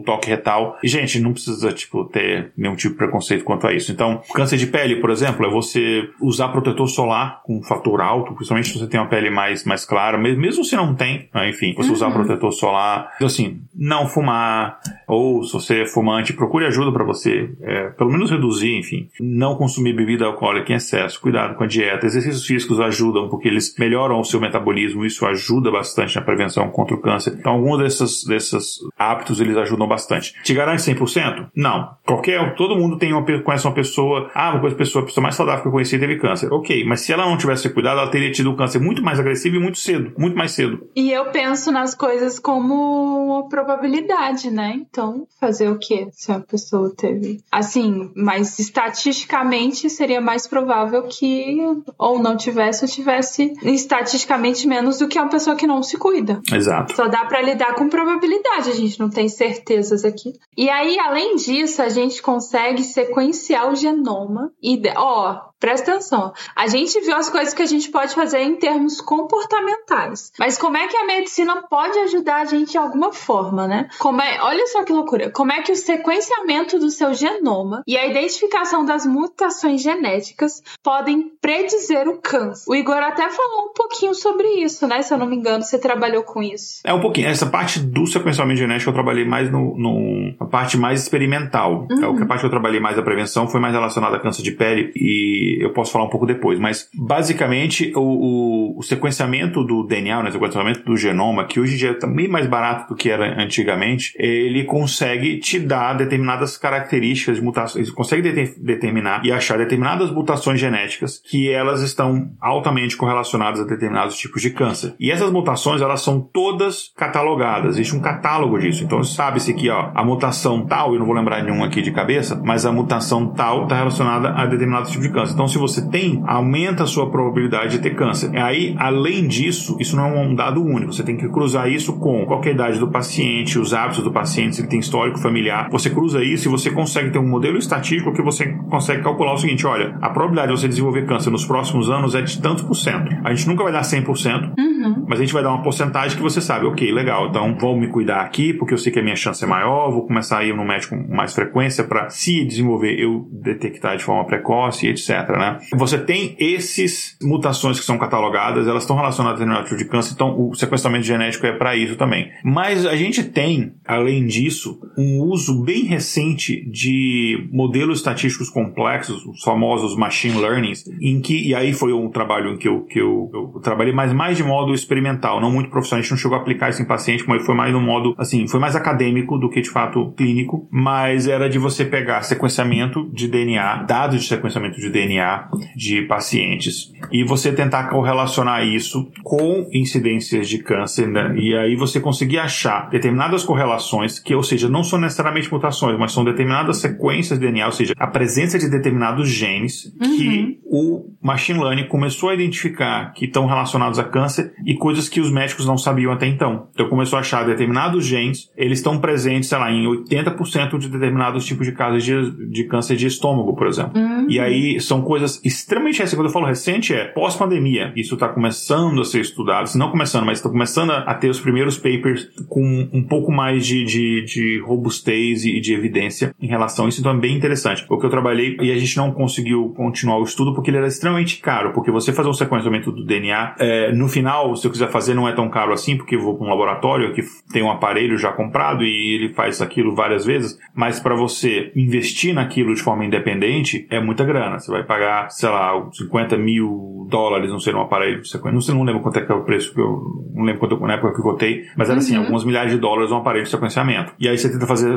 o toque retal. E, gente, não precisa, tipo, ter nenhum tipo de preconceito quanto a isso. Então, câncer de pele, por exemplo, é você usar protetor solar com fator alto, principalmente se você tem uma pele mais, mais clara, mesmo se não tem, né? Enfim, você uhum. usar protetor solar. Então, assim, não fumar, ou se você é fumante, procure ajuda para você, é, pelo menos reduzir, enfim. Não consumir bebida alcoólica em excesso, cuidado com a dieta. Exercícios físicos ajudam, porque eles melhoram o seu metabolismo, isso ajuda bastante na prevenção contra o câncer. Então, alguns desses, desses hábitos, eles ajudam bastante. Te garante cem por cento? Não. Qualquer, todo mundo tem uma, conhece uma pessoa, ah, uma pessoa, a pessoa mais saudável que eu conheci teve câncer. Ok, mas se ela não tivesse cuidado, ela teria tido um câncer muito mais agressivo e muito cedo, muito mais cedo. E eu penso nas coisas como uma probabilidade, né? Então, fazer o quê? Se a pessoa teve... Assim, mas estatisticamente seria mais provável que ou não tivesse ou tivesse estatisticamente menos do que uma pessoa que não se cuida. Exato. Só dá pra lidar com probabilidade, a gente não tem certezas aqui. E aí, além disso, a gente consegue sequenciar o genoma e... Ó, presta atenção. A gente viu as coisas que a gente pode fazer em termos comportamentais. Mas como é que a medicina pode ajudar a gente de alguma forma, né? Como é, olha só que loucura. Como é que o sequenciamento do seu genoma e a identificação das mutações genéticas podem predizer o câncer? O Igor até falou um pouquinho sobre isso, né? Se eu não me engano, você trabalhou com isso. É um pouquinho. Essa parte do sequenciamento genético eu trabalhei mais no, no a parte mais experimental. Uhum. A parte que eu trabalhei mais da prevenção foi mais relacionada a câncer de pele e eu posso falar um pouco depois, mas basicamente o, o, o sequenciamento do D N A, né, o sequenciamento do genoma, que hoje em dia é também mais barato do que era antigamente, ele consegue te dar determinadas características de mutações, ele consegue de- determinar e achar determinadas mutações genéticas que elas estão altamente correlacionadas a determinados tipos de câncer. E essas mutações, elas são todas catalogadas, existe um catálogo disso, então sabe-se que ó, a mutação tal, eu não vou lembrar nenhum aqui de cabeça, mas a mutação tal está relacionada a determinado tipo de câncer. Então, se você tem, aumenta a sua probabilidade de ter câncer. E aí, além disso, isso não é um dado único. Você tem que cruzar isso com qual que é a idade do paciente, os hábitos do paciente, se ele tem histórico familiar. Você cruza isso e você consegue ter um modelo estatístico que você consegue calcular o seguinte, olha, a probabilidade de você desenvolver câncer nos próximos anos é de tantos por cento. A gente nunca vai dar cem por cento, uhum. mas a gente vai dar uma porcentagem que você sabe, ok, legal, então vou me cuidar aqui, porque eu sei que a minha chance é maior, vou começar a ir no médico com mais frequência para, se desenvolver, eu detectar de forma precoce, etcétera, né? Você tem esses mutações que são catalogadas, elas estão relacionadas a determinado tipo de câncer, então o sequenciamento genético é para isso também. Mas a gente tem, além disso, um uso bem recente de modelos estatísticos complexos, os famosos machine learnings, em que, e aí foi um trabalho em que eu, que eu, eu trabalhei, mas mais de modo experimental, não muito profissional, a gente não chegou a aplicar isso em paciente, mas foi mais no modo, assim, foi mais acadêmico do que de fato clínico, mas era de você pegar sequenciamento de D N A, dados de sequenciamento de D N A de pacientes, e você tentar correlacionar isso com incidências de câncer, né? E aí você conseguir achar determinadas correlações, que, ou seja, não são necessariamente mutações, mas são determinadas sequências de D N A, ou seja, a presença de determinados genes uhum. que o machine learning começou a identificar que estão relacionados a câncer e coisas que os médicos não sabiam até então. Então começou a achar determinados genes, eles estão presentes, sei lá, em oitenta por cento de determinados tipos de casos de, de câncer de estômago, por exemplo. Uhum. E aí são coisas extremamente recentes. Quando eu falo recente, é pós-pandemia. Isso está começando a ser estudado. Se não começando, mas está começando a ter os primeiros papers com um pouco mais de, de, de robustez e de evidência em relação a isso. Então é bem interessante. O que eu trabalhei, e a gente não conseguiu continuar o estudo porque ele era extremamente caro. Porque você fazer um sequenciamento do D N A, é, no final, se eu quiser fazer, não é tão caro assim, porque eu vou para um laboratório que tem um aparelho já comprado e ele faz aquilo várias vezes. Mas para você investir naquilo de forma independente, é muita grana. Você vai pagar, sei lá, cinquenta mil dólares, não sei, num aparelho de sequência. Não sei, não lembro quanto é que é o preço, que eu não lembro quanto, na época que eu cotei, mas era uhum. assim, alguns milhares de dólares um aparelho de sequenciamento. E aí você tenta fazer,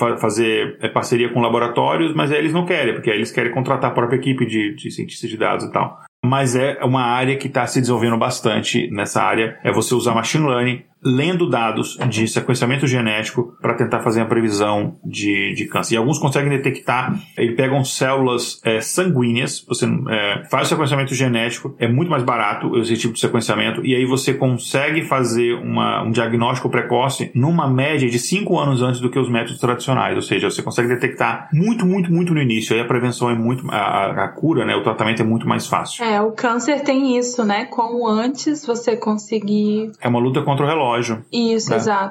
fazer parceria com laboratórios, mas aí eles não querem, porque aí eles querem contratar a própria equipe de, de cientistas de dados e tal. Mas é uma área que está se desenvolvendo bastante nessa área, é você usar machine learning lendo dados de sequenciamento genético para tentar fazer a previsão de, de câncer. E alguns conseguem detectar, eles pegam células é, sanguíneas, você é, faz o sequenciamento genético, é muito mais barato esse tipo de sequenciamento, e aí você consegue fazer uma, um diagnóstico precoce numa média de cinco anos antes do que os métodos tradicionais, ou seja, você consegue detectar muito, muito, muito no início, aí a prevenção é muito, a, a cura, né, o tratamento é muito mais fácil. É, o câncer tem isso, né, como antes você conseguir... É uma luta contra o relógio. Isso, né? Exato.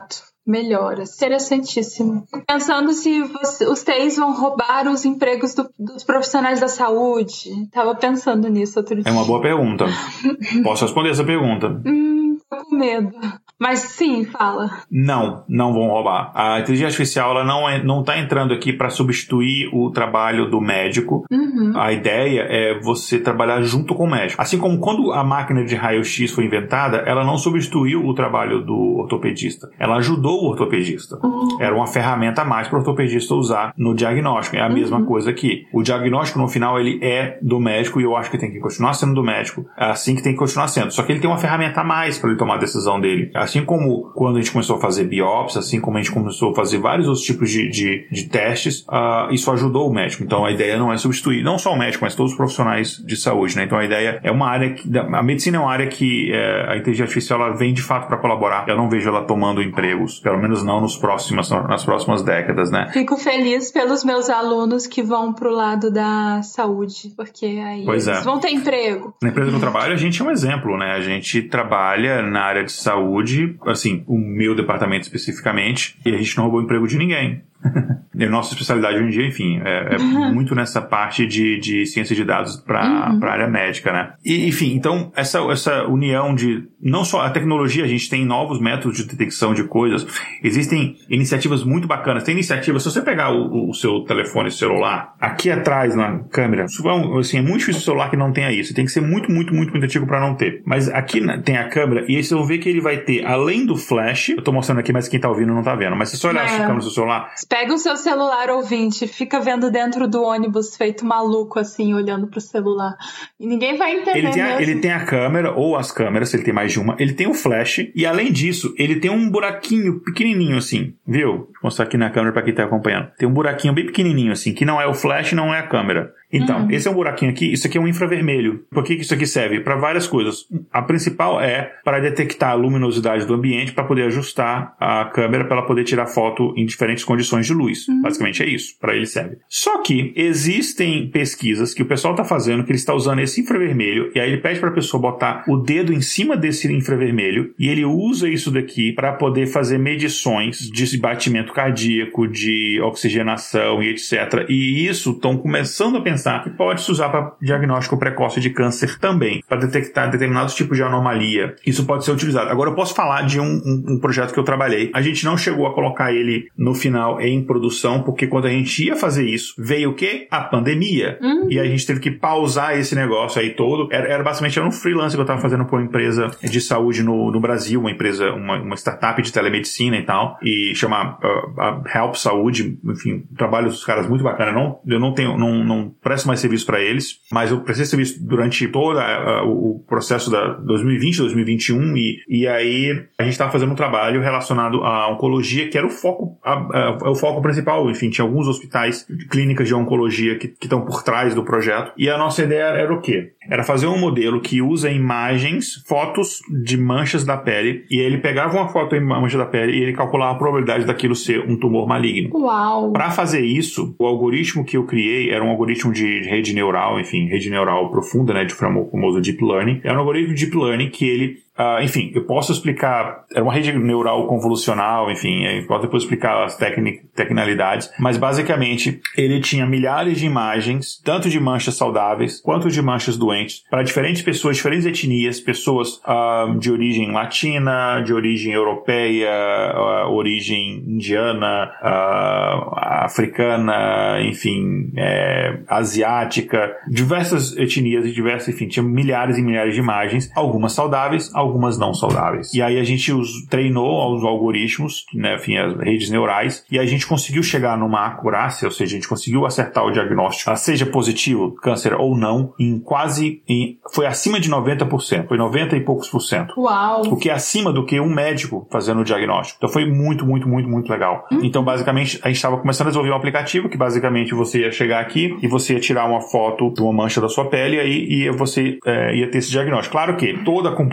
melhoras. Interessantíssimo. Pensando se você, os T Is vão roubar os empregos do, dos profissionais da saúde. Tava pensando nisso outro dia. É uma boa pergunta. Posso responder essa pergunta? Hum, tô com medo. Mas sim, fala. Não, não vão roubar. A inteligência artificial ela não é, não está entrando aqui para substituir o trabalho do médico. Uhum. A ideia é você trabalhar junto com o médico. Assim como quando a máquina de raio-x foi inventada, ela não substituiu o trabalho do ortopedista. Ela ajudou o ortopedista. Uhum. Era uma ferramenta a mais para o ortopedista usar no diagnóstico. É a uhum. mesma coisa aqui. O diagnóstico, no final, ele é do médico e eu acho que tem que continuar sendo do médico. É assim que tem que continuar sendo. Só que ele tem uma ferramenta a mais para ele tomar a decisão dele. Assim como quando a gente começou a fazer biópsia, assim como a gente começou a fazer vários outros tipos de, de, de testes, uh, isso ajudou o médico. Então a ideia não é substituir, não só o médico, mas todos os profissionais de saúde, né? Então a ideia é uma área que, a medicina é uma área que é, a inteligência artificial ela vem de fato para colaborar. Eu não vejo ela tomando empregos, pelo menos não nos próximos, nas próximas décadas, né? Fico feliz pelos meus alunos que vão pro lado da saúde, porque aí pois eles é. vão ter emprego. Na empresa do trabalho a gente é um exemplo, né? A gente trabalha na área de saúde, assim, o meu departamento especificamente, e a gente não roubou o emprego de ninguém. A nossa especialidade hoje em dia, enfim, é, é uhum. muito nessa parte de, de ciência de dados para uhum. a área médica, né? E, enfim, então, essa, essa união de, não só a tecnologia, a gente tem novos métodos de detecção de coisas, existem iniciativas muito bacanas, tem iniciativas, se você pegar o, o seu telefone celular, aqui atrás na câmera, assim, é muito difícil o celular que não tenha isso, tem que ser muito, muito, muito, muito antigo para não ter, mas aqui tem a câmera, e aí vocês vão ver que ele vai ter, além do flash, eu tô mostrando aqui, mas quem tá ouvindo não tá vendo, mas se você olhar é. a câmera do seu celular, pega o seu celular, ouvinte, fica vendo dentro do ônibus feito maluco, assim, olhando pro celular. E ninguém vai entender ele tem, a, mesmo. ele tem a câmera, ou as câmeras, se ele tem mais de uma. Ele tem o flash, e além disso, ele tem um buraquinho pequenininho, assim, viu? Vou mostrar aqui na câmera pra quem tá acompanhando. Tem um buraquinho bem pequenininho, assim, que não é o flash, não é a câmera. Então, uhum. esse é um buraquinho aqui, isso aqui é um infravermelho. Por que isso aqui serve? Para várias coisas. A principal é para detectar a luminosidade do ambiente, para poder ajustar a câmera, para ela poder tirar foto em diferentes condições de luz. Uhum. Basicamente é isso, para ele serve. Só que existem pesquisas que o pessoal está fazendo, que ele está usando esse infravermelho, e aí ele pede para a pessoa botar o dedo em cima desse infravermelho, e ele usa isso daqui para poder fazer medições de batimento cardíaco, de oxigenação e etcétera. E isso estão começando a pensar que pode se usar para diagnóstico precoce de câncer também, para detectar determinados tipos de anomalia. Isso pode ser utilizado. Agora eu posso falar de um, um, um projeto que eu trabalhei. A gente não chegou a colocar ele no final em produção, porque quando a gente ia fazer isso, veio o quê? A pandemia. Uhum. E a gente teve que pausar esse negócio aí todo. Era, era basicamente era um freelance que eu estava fazendo para uma empresa de saúde no, no Brasil, uma empresa, uma, uma startup de telemedicina e tal, e chama uh, a Help Saúde, enfim, trabalho dos caras muito bacana. Não, eu não tenho, não, não presto mais serviço para eles, mas eu prestei serviço durante todo a, a, o processo da dois mil e vinte, dois mil e vinte e um e, e aí a gente estava fazendo um trabalho relacionado à oncologia, que era o foco, a, a, o foco principal. Enfim, tinha alguns hospitais, clínicas de oncologia que estão por trás do projeto, e a nossa ideia era o quê? Era fazer um modelo que usa imagens, fotos de manchas da pele, e ele pegava uma foto em mancha da pele e ele calculava a probabilidade daquilo ser um tumor maligno. Uau! Para fazer isso, o algoritmo que eu criei era um algoritmo de rede neural, enfim, rede neural profunda, né, de famoso Deep Learning. Era um algoritmo de Deep Learning que ele Uh, enfim, eu posso explicar, era uma rede neural convolucional, enfim, eu posso depois explicar as tecnic, tecnicalidades, mas basicamente ele tinha milhares de imagens, tanto de manchas saudáveis quanto de manchas doentes, para diferentes pessoas, diferentes etnias, pessoas uh, de origem latina, de origem europeia, uh, origem indiana, uh, africana, enfim, é, asiática, diversas etnias e diversas, enfim, tinha milhares e milhares de imagens, algumas saudáveis, algumas não saudáveis. E aí a gente os treinou os algoritmos, né, enfim, as redes neurais, e a gente conseguiu chegar numa acurácia, ou seja, a gente conseguiu acertar o diagnóstico, seja positivo, câncer ou não, em quase, em, foi acima de noventa por cento, foi noventa e poucos por cento. Uau! O que é acima do que um médico fazendo o diagnóstico. Então foi muito, muito, muito, muito legal. Hum. Então, basicamente, a gente estava começando a desenvolver um aplicativo que, basicamente, você ia chegar aqui e você ia tirar uma foto de uma mancha da sua pele e aí e você é, ia ter esse diagnóstico. Claro que toda a complexidade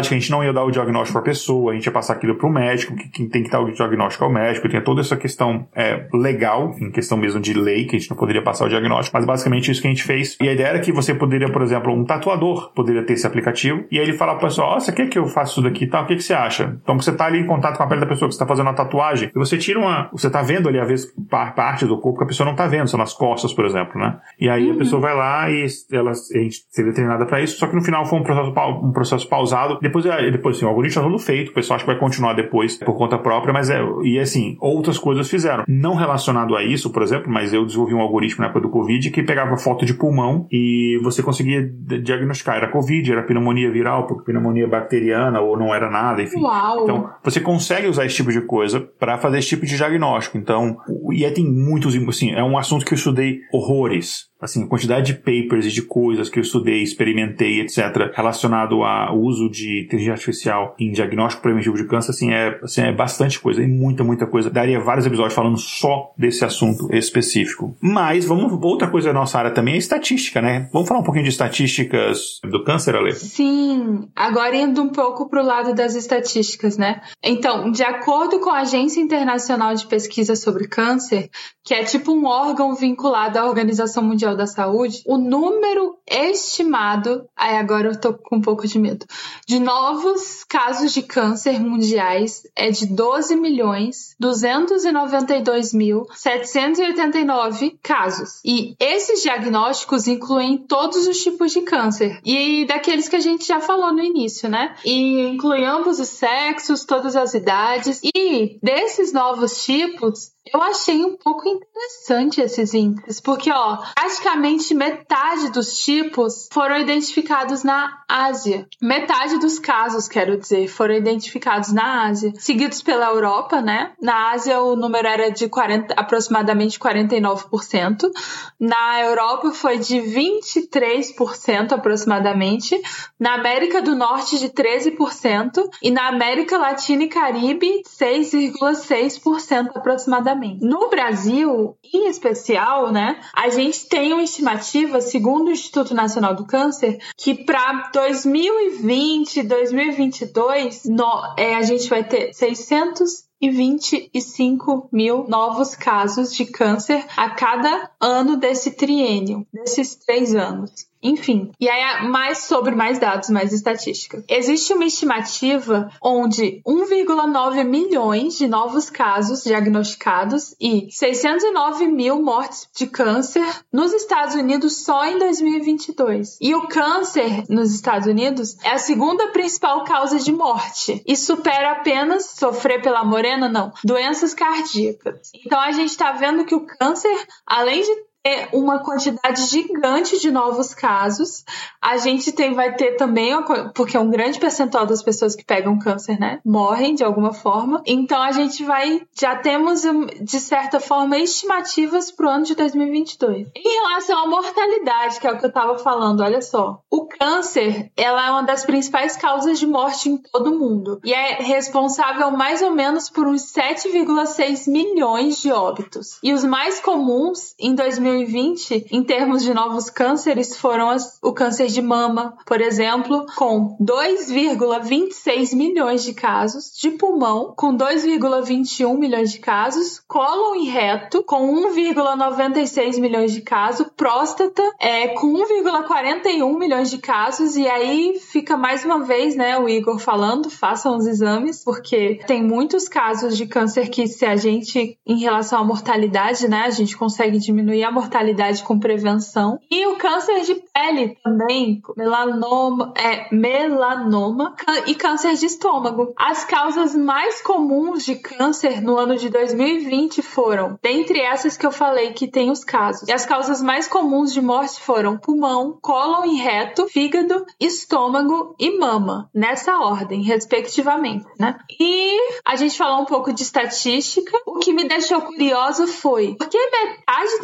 prática, a gente não ia dar o diagnóstico para a pessoa, a gente ia passar aquilo para o médico, que quem tem que dar o diagnóstico é o médico, e tem toda essa questão é, legal, em questão mesmo de lei, que a gente não poderia passar o diagnóstico, mas basicamente isso que a gente fez. E a ideia era que você poderia, por exemplo, um tatuador poderia ter esse aplicativo, e aí ele fala para o pessoal, ó, oh, você quer que eu faça isso daqui e tal? O que, que você acha? Então você tá ali em contato com a pele da pessoa, que você tá fazendo uma tatuagem, e você tira uma... Você tá vendo ali, às vezes, partes do corpo que a pessoa não tá vendo, são nas costas, por exemplo, né? E aí uhum. a pessoa vai lá e ela, a gente seria treinada para isso, só que no final foi um processo, um processo pausado. Depois, depois assim, o algoritmo tá todo feito, o pessoal acha que vai continuar depois por conta própria, mas é... E assim, outras coisas fizeram. Não relacionado a isso, por exemplo, mas eu desenvolvi um algoritmo na época do Covid que pegava foto de pulmão e você conseguia diagnosticar. Era Covid, era pneumonia viral, porque pneumonia bacteriana ou não era nada, enfim. Uau. Então, você consegue usar esse tipo de coisa para fazer esse tipo de diagnóstico. Então, e aí tem muitos, assim, é um assunto que eu estudei horrores. Assim, a quantidade de papers e de coisas que eu estudei, experimentei, etcétera, relacionado ao uso de inteligência artificial em diagnóstico preventivo de câncer, assim, é, assim, é bastante coisa, e muita, muita coisa. Daria vários episódios falando só desse assunto específico. Mas, vamos, outra coisa da nossa área também é estatística, né? Vamos falar um pouquinho de estatísticas do câncer, Ale? Sim, agora indo um pouco pro lado das estatísticas, né? Então, de acordo com a Agência Internacional de Pesquisa sobre Câncer, que é tipo um órgão vinculado à Organização Mundial da Saúde, o número estimado, aí agora eu tô com um pouco de medo, de novos casos de câncer mundiais é de doze milhões duzentos e noventa e dois mil setecentos e oitenta e nove casos. E esses diagnósticos incluem todos os tipos de câncer e daqueles que a gente já falou no início, né? E inclui ambos os sexos, todas as idades. E desses novos tipos, eu achei um pouco interessante esses índices, porque, ó, praticamente metade dos tipos foram identificados na Ásia. Metade dos casos, quero dizer, foram identificados na Ásia, seguidos pela Europa, né? Na Ásia o número era de quarenta, aproximadamente quarenta e nove por cento. Na Europa foi de vinte e três por cento aproximadamente. Na América do Norte de treze por cento e na América Latina e Caribe seis vírgula seis por cento aproximadamente. No Brasil, em especial, né, a gente tem uma estimativa, segundo o Instituto Nacional do Câncer, que para dois mil e vinte, dois mil e vinte e dois, no, é, a gente vai ter seiscentos e vinte e cinco mil novos casos de câncer a cada ano desse triênio, desses três anos. Enfim, e aí mais sobre mais dados, mais estatística. Existe uma estimativa onde um vírgula nove milhões de novos casos diagnosticados e seiscentos e nove mil mortes de câncer nos Estados Unidos só em dois mil e vinte e dois. E o câncer nos Estados Unidos é a segunda principal causa de morte e supera apenas sofrer pela morena, não, doenças cardíacas. Então a gente está vendo que o câncer, além de ter uma quantidade gigante de novos casos, a gente tem, vai ter também, porque é um grande percentual das pessoas que pegam câncer, né, morrem de alguma forma. Então a gente vai, já temos de certa forma estimativas para o ano de dois mil e vinte e dois. Em relação à mortalidade, que é o que eu estava falando, olha só, o câncer, ela é uma das principais causas de morte em todo o mundo e é responsável mais ou menos por uns sete vírgula seis milhões de óbitos. E os mais comuns em dois mil e vinte, em termos de novos cânceres, foram as, o câncer de mama, por exemplo, com dois vírgula vinte e seis milhões de casos, de pulmão, com dois vírgula vinte e um milhões de casos, cólon e reto, com um vírgula noventa e seis milhões de casos, próstata, é, com um vírgula quarenta e um milhões de casos, e aí fica mais uma vez, né, o Igor falando, façam os exames, porque tem muitos casos de câncer que se a gente, em relação à mortalidade, né, a gente consegue diminuir a mortalidade com prevenção. E o câncer de pele também, melanoma, é, melanoma e câncer de estômago. As causas mais comuns de câncer no ano de dois mil e vinte foram, dentre essas que eu falei que tem os casos, e as causas mais comuns de morte foram pulmão, cólon e reto, fígado, estômago e mama, nessa ordem, respectivamente, né? E a gente falou um pouco de estatística. O que me deixou curiosa foi porque metade dos casos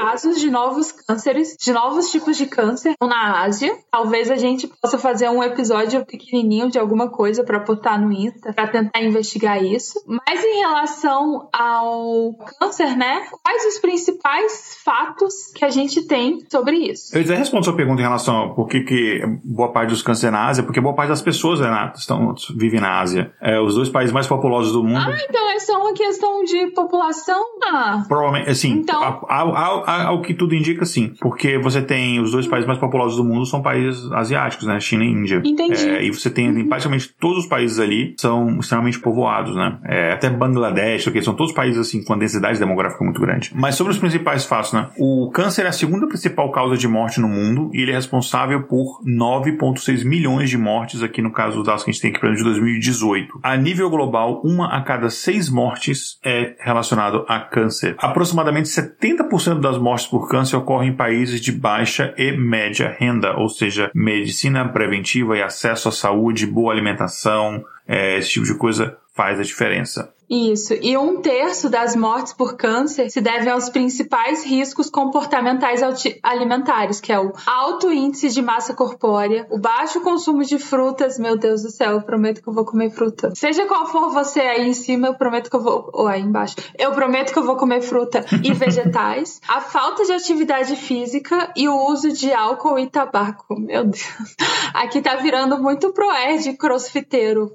casos de novos cânceres, de novos tipos de câncer na Ásia. Talvez a gente possa fazer um episódio pequenininho de alguma coisa para botar no Insta, para tentar investigar isso. Mas em relação ao câncer, né? Quais os principais fatos que a gente tem sobre isso? Eu já respondo a sua pergunta em relação a por que, que boa parte dos cânceres é na Ásia, porque boa parte das pessoas é na, estão, vivem na Ásia. É, os dois países mais populosos do mundo. Ah, então é só uma questão de população? Ah. Provavelmente, assim, então... ao, ao, ao, ao que tudo indica, sim. Porque você tem os dois países mais populosos do mundo são países asiáticos, né? China e Índia. Entendi. É, e você tem, uhum. praticamente todos os países ali são extremamente povoados, né? É, até Bangladesh, okay, são todos países, assim, com uma densidade demográfica muito grande. Mas sobre os principais fatos, né? O câncer é a segunda principal causa de morte no mundo e ele é responsável por nove vírgula seis milhões de mortes, aqui no caso dos dados que a gente tem aqui para de dois mil e dezoito. A nível global, uma a cada seis mortes é relacionado a câncer. Aproximadamente setenta por cento das mortes por câncer ocorrem em países de baixa e média renda, ou seja, medicina preventiva e acesso à saúde, boa alimentação, é, esse tipo de coisa faz a diferença. Isso, e um terço das mortes por câncer se devem aos principais riscos comportamentais alimentares, que é o alto índice de massa corpórea, o baixo consumo de frutas, meu Deus do céu, eu prometo que eu vou comer fruta. Seja qual for você aí em cima, eu prometo que eu vou... Ou aí embaixo. Eu prometo que eu vou comer fruta e vegetais. A falta de atividade física e o uso de álcool e tabaco. Meu Deus. Aqui tá virando muito proerd crossfiteiro.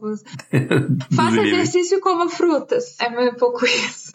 Faça exercício e coma fruta. É meio pouco isso.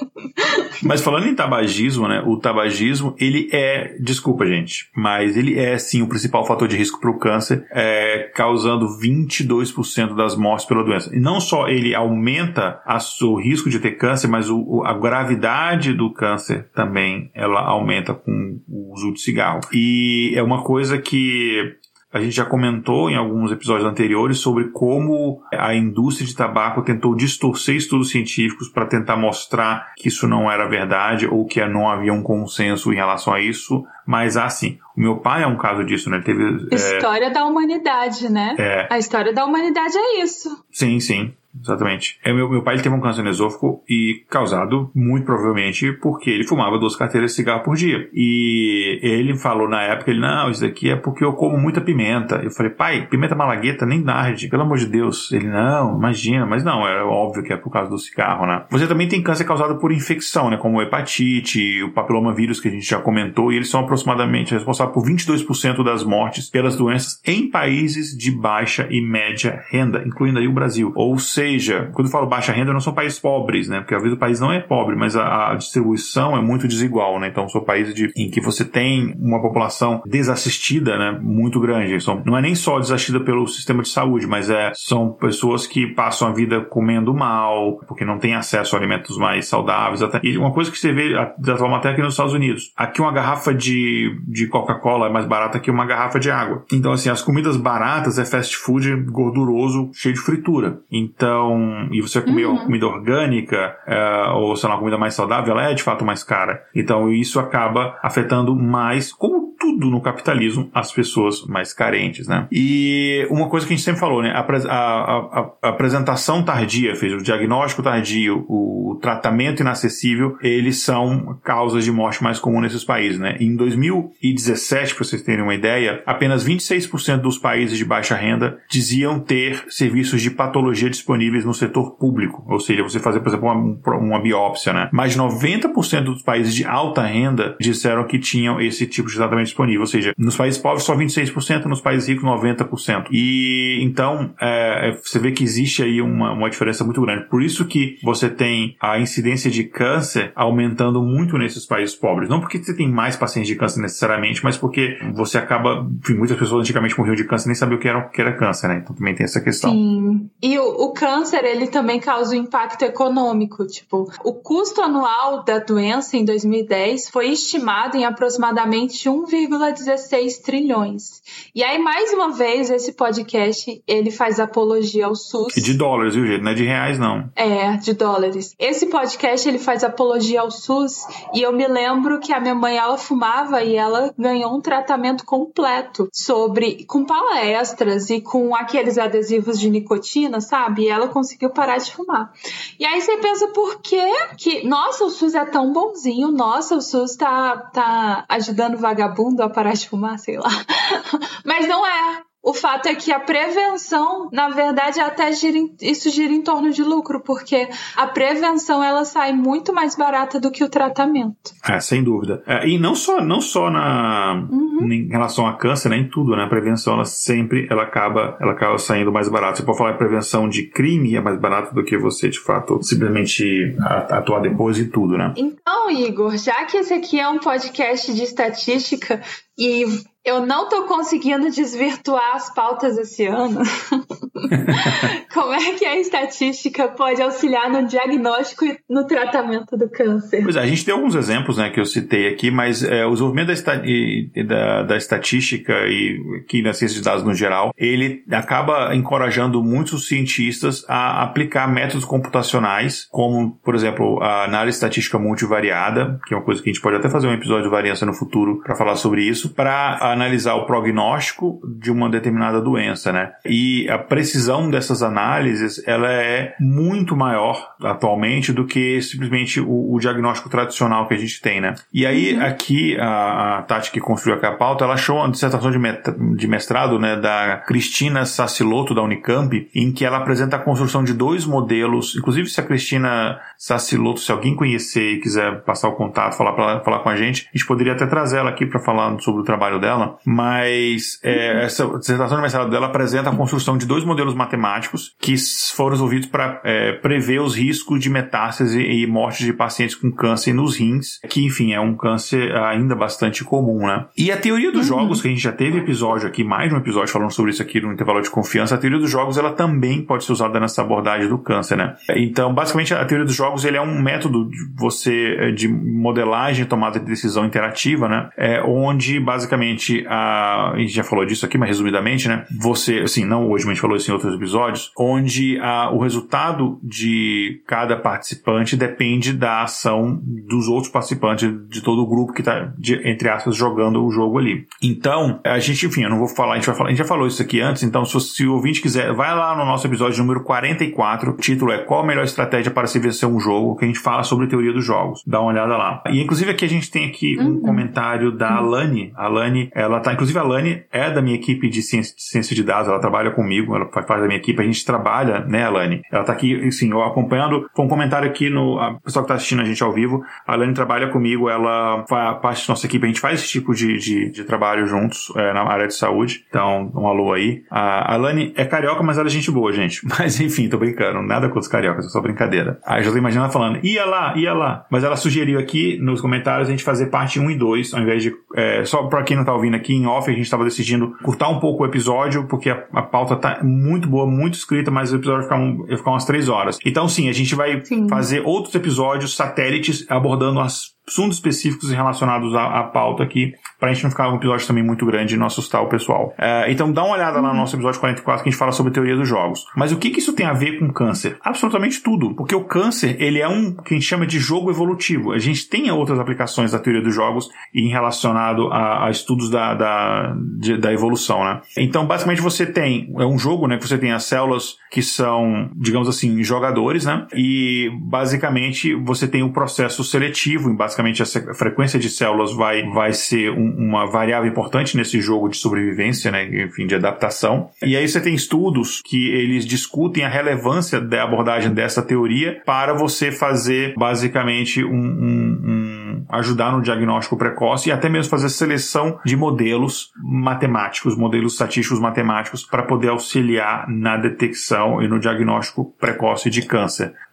Mas falando em tabagismo, né? O tabagismo, ele é... Desculpa, gente. Mas ele é, sim, o principal fator de risco para o câncer, é, causando vinte e dois por cento das mortes pela doença. E não só ele aumenta a, o risco de ter câncer, mas o, a gravidade do câncer também, ela aumenta com o uso de cigarro. E é uma coisa que... A gente já comentou em alguns episódios anteriores sobre como a indústria de tabaco tentou distorcer estudos científicos para tentar mostrar que isso não era verdade ou que não havia um consenso em relação a isso. Mas, assim, o meu pai é um caso disso, né? Ele teve... História é... da humanidade, né? É. A história da humanidade é isso. Sim, sim. Exatamente. É, meu, meu pai ele teve um câncer no esôfago e causado, muito provavelmente, porque ele fumava duas carteiras de cigarro por dia. E ele falou na época, ele, não, isso daqui é porque eu como muita pimenta. Eu falei, pai, pimenta malagueta nem arde, pelo amor de Deus. Ele, não, imagina, mas não, é óbvio que é por causa do cigarro, né? Você também tem câncer causado por infecção, né? Como hepatite, o papilomavírus que a gente já comentou, e eles são aproximadamente responsáveis por vinte e dois por cento das mortes pelas doenças em países de baixa e média renda, incluindo aí o Brasil. Ou seja, seja, quando eu falo baixa renda, não são países pobres, né? Porque às vezes o país não é pobre, mas a, a distribuição é muito desigual, né? Então são países de, em que você tem uma população desassistida, né? Muito grande. São, não é nem só desassistida pelo sistema de saúde, mas é, são pessoas que passam a vida comendo mal, porque não têm acesso a alimentos mais saudáveis. Até. E uma coisa que você vê, da forma até aqui nos Estados Unidos, aqui uma garrafa de, de Coca-Cola é mais barata que uma garrafa de água. Então, assim, as comidas baratas é fast food gorduroso, cheio de fritura. Então, e você comer uhum. comida orgânica, é, ou sei lá, uma comida mais saudável, ela é de fato mais cara. Então isso acaba afetando mais, como tudo no capitalismo, as pessoas mais carentes, né? E uma coisa que a gente sempre falou, né? A, a, a, a apresentação tardia, fez o diagnóstico tardio, o tratamento inacessível, eles são causas de morte mais comum nesses países, né? Em dois mil e dezessete, para vocês terem uma ideia, apenas vinte e seis por cento dos países de baixa renda diziam ter serviços de patologia disponíveis no setor público, ou seja, você fazer, por exemplo, uma, uma biópsia, né? Mais de noventa por cento dos países de alta renda disseram que tinham esse tipo de tratamento disponível, ou seja, nos países pobres só vinte e seis por cento, nos países ricos noventa por cento. E então, é, você vê que existe aí uma, uma diferença muito grande. Por isso que você tem a incidência de câncer aumentando muito nesses países pobres. Não porque você tem mais pacientes de câncer necessariamente, mas porque você acaba, enfim, muitas pessoas antigamente morriam de câncer e nem sabiam o que era, o que era câncer, né? Então também tem essa questão. Sim. E o, o câncer, ele também causa um impacto econômico. Tipo, o custo anual da doença em dois mil e dez foi estimado em aproximadamente um vírgula vírgula dezesseis trilhões. E aí, mais uma vez, esse podcast, ele faz apologia ao SUS. E de dólares, viu, gente? Não é de reais, não. É, de dólares. Esse podcast, ele faz apologia ao SUS, e eu me lembro que a minha mãe, ela fumava e ela ganhou um tratamento completo sobre, com palestras e com aqueles adesivos de nicotina, sabe? E ela conseguiu parar de fumar. E aí você pensa, por que que, nossa, o SUS é tão bonzinho, nossa, o SUS tá, tá ajudando o vagabundo a parar de fumar, sei lá. Mas não é. O fato é que a prevenção, na verdade, até gira em, isso gira em torno de lucro, porque a prevenção, ela sai muito mais barata do que o tratamento. É, sem dúvida. É, e não só, não só na, uhum. em relação a câncer, né, em tudo, né? A prevenção, ela sempre, ela acaba, ela acaba saindo mais barata. Você pode falar em prevenção de crime, é mais barato do que você, de fato, simplesmente atuar depois em tudo, né? Então, Igor, já que esse aqui é um podcast de estatística e eu não tô conseguindo desvirtuar as pautas esse ano, como é que a estatística pode auxiliar no diagnóstico e no tratamento do câncer? Pois é, a gente tem alguns exemplos, né, que eu citei aqui, mas é, o desenvolvimento da, esta, e, da, da estatística e aqui na ciência de dados no geral, ele acaba encorajando muitos cientistas a aplicar métodos computacionais, como, por exemplo, a análise estatística multivariada, que é uma coisa que a gente pode até fazer um episódio de variância no futuro para falar sobre isso, para analisar o prognóstico de uma determinada doença, né? E a precisão dessas análises, ela é muito maior atualmente do que simplesmente o, o diagnóstico tradicional que a gente tem, né? E aí, uhum. aqui, a, a Tati que construiu aqui a pauta, ela achou uma dissertação de, met, de mestrado, né, da Cristina Sassilotto, da Unicamp, em que ela apresenta a construção de dois modelos. Inclusive, se a Cristina Sassilotto, se alguém conhecer e quiser passar o contato, falar, pra, falar com a gente, a gente poderia até trazer ela aqui para falar sobre o trabalho dela, mas é, essa dissertação de mestrado dela apresenta a construção de dois modelos matemáticos que foram desenvolvidos para é, prever os riscos de metástase e morte de pacientes com câncer nos rins, que, enfim, é um câncer ainda bastante comum, né? E a teoria dos uhum. jogos, que a gente já teve episódio aqui, mais de um episódio falando sobre isso aqui no intervalo de confiança, a teoria dos jogos, ela também pode ser usada nessa abordagem do câncer, né? Então, basicamente, a teoria dos jogos, ele é um método de você, de modelagem e tomada de decisão interativa, né? É, onde, basicamente, a, a gente já falou disso aqui, mas resumidamente, né? Você, assim, não hoje, mas a gente falou isso em outros episódios, onde a, o resultado de cada participante depende da ação dos outros participantes, de todo o grupo que está, entre aspas, jogando o jogo ali. Então, a gente, enfim, eu não vou falar, a gente vai falar, a gente já falou isso aqui antes, então se, se o ouvinte quiser, vai lá no nosso episódio número quarenta e quatro, o título é Qual a melhor estratégia para se vencer um jogo, que a gente fala sobre teoria dos jogos. Dá uma olhada lá. E, inclusive, aqui a gente tem aqui um uhum. comentário da uhum. Alane. A Alane, ela tá, inclusive a Alane é da minha equipe de ciência, de ciência de dados, ela trabalha comigo, ela faz parte da minha equipe, a gente trabalha, né, Alane? Ela tá aqui, assim, eu acompanhando, foi um comentário aqui no, a pessoa que tá assistindo a gente ao vivo, a Alane trabalha comigo, ela faz parte da nossa equipe, a gente faz esse tipo de, de, de trabalho juntos, é, na área de saúde, então, um alô aí. A Alane é carioca, mas ela é gente boa, gente. Mas, enfim, tô brincando, nada contra os cariocas, é só brincadeira. Aí eu já tô imaginando ela falando, ia lá, ia lá. Mas ela sugeriu aqui, nos comentários, a gente fazer parte um e dois, ao invés de, é, só pra quem não tá ouvindo aqui, em off, a gente tava decidindo cortar um pouco o episódio, porque a, a pauta tá muito boa, muito escrita, mas o episódio vai ficar, um, vai ficar umas três horas. Então, sim, a gente vai sim. fazer outros episódios satélites abordando as assuntos específicos relacionados à, à pauta aqui, pra gente não ficar um episódio também muito grande e não assustar o pessoal. É, então dá uma olhada lá no nosso episódio quarenta e quatro que a gente fala sobre teoria dos jogos. Mas o que que isso tem a ver com câncer? Absolutamente tudo. Porque o câncer, ele é um que a gente chama de jogo evolutivo. A gente tem outras aplicações da teoria dos jogos em relacionado a, a estudos da, da, de, da evolução, né? Então, basicamente, você tem, é um jogo, né, que você tem as células que são, digamos assim, jogadores, né? E, basicamente, você tem o processo seletivo, basicamente, Basicamente, a frequência de células vai, vai ser um, uma variável importante nesse jogo de sobrevivência, né? Enfim, de adaptação. E aí você tem estudos que eles discutem a relevância da abordagem dessa teoria para você fazer, basicamente, um, um, um ajudar no diagnóstico precoce e até mesmo fazer seleção de modelos matemáticos, modelos estatísticos matemáticos para poder auxiliar na detecção e no diagnóstico precoce de câncer, né?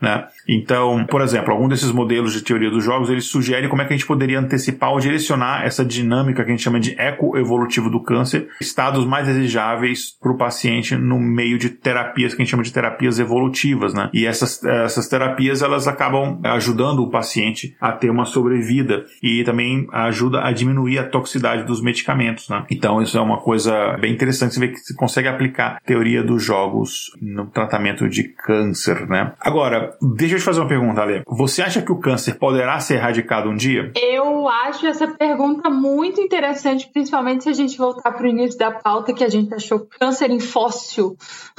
Então, por exemplo, algum desses modelos de teoria dos jogos, eles sugerem como é que a gente poderia antecipar ou direcionar essa dinâmica que a gente chama de ecoevolutivo do câncer, estados mais desejáveis para o paciente no meio de terapias que a gente chama de terapias evolutivas, né? E essas, essas terapias, elas acabam ajudando o paciente a ter uma sobrevida e também ajuda a diminuir a toxicidade dos medicamentos, né? Então, isso é uma coisa bem interessante, você vê que você consegue aplicar a teoria dos jogos no tratamento de câncer, né? Agora, deixa eu te fazer uma pergunta, Ale. Você acha que o câncer poderá ser erradicado um dia? Eu acho essa pergunta muito interessante, principalmente se a gente voltar para o início da pauta, que a gente achou câncer em fóssil.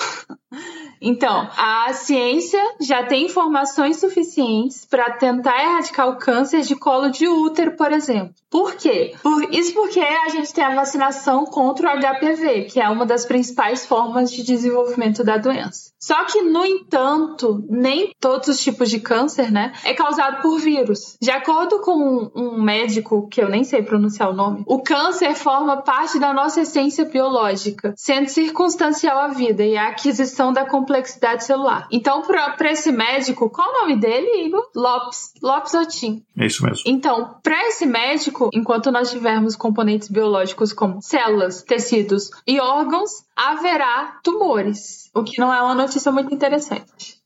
Então, a ciência já tem informações suficientes para tentar erradicar o câncer de colo de útero, por exemplo. Por quê? Por, isso porque a gente tem a vacinação contra o H P V, que é uma das principais formas de desenvolvimento da doença. Só que, no entanto, nem todos os tipos de câncer, né, é causado por vírus. De acordo com um médico, que eu nem sei pronunciar o nome, o câncer forma parte da nossa essência biológica, sendo circunstancial à vida e à aquisição da complexidade celular. Então, para esse médico, qual o nome dele, Igor? Lopes. Lopes Otin. É isso mesmo. Então, para esse médico, enquanto nós tivermos componentes biológicos como células, tecidos e órgãos, haverá tumores, o que não é uma notícia muito interessante.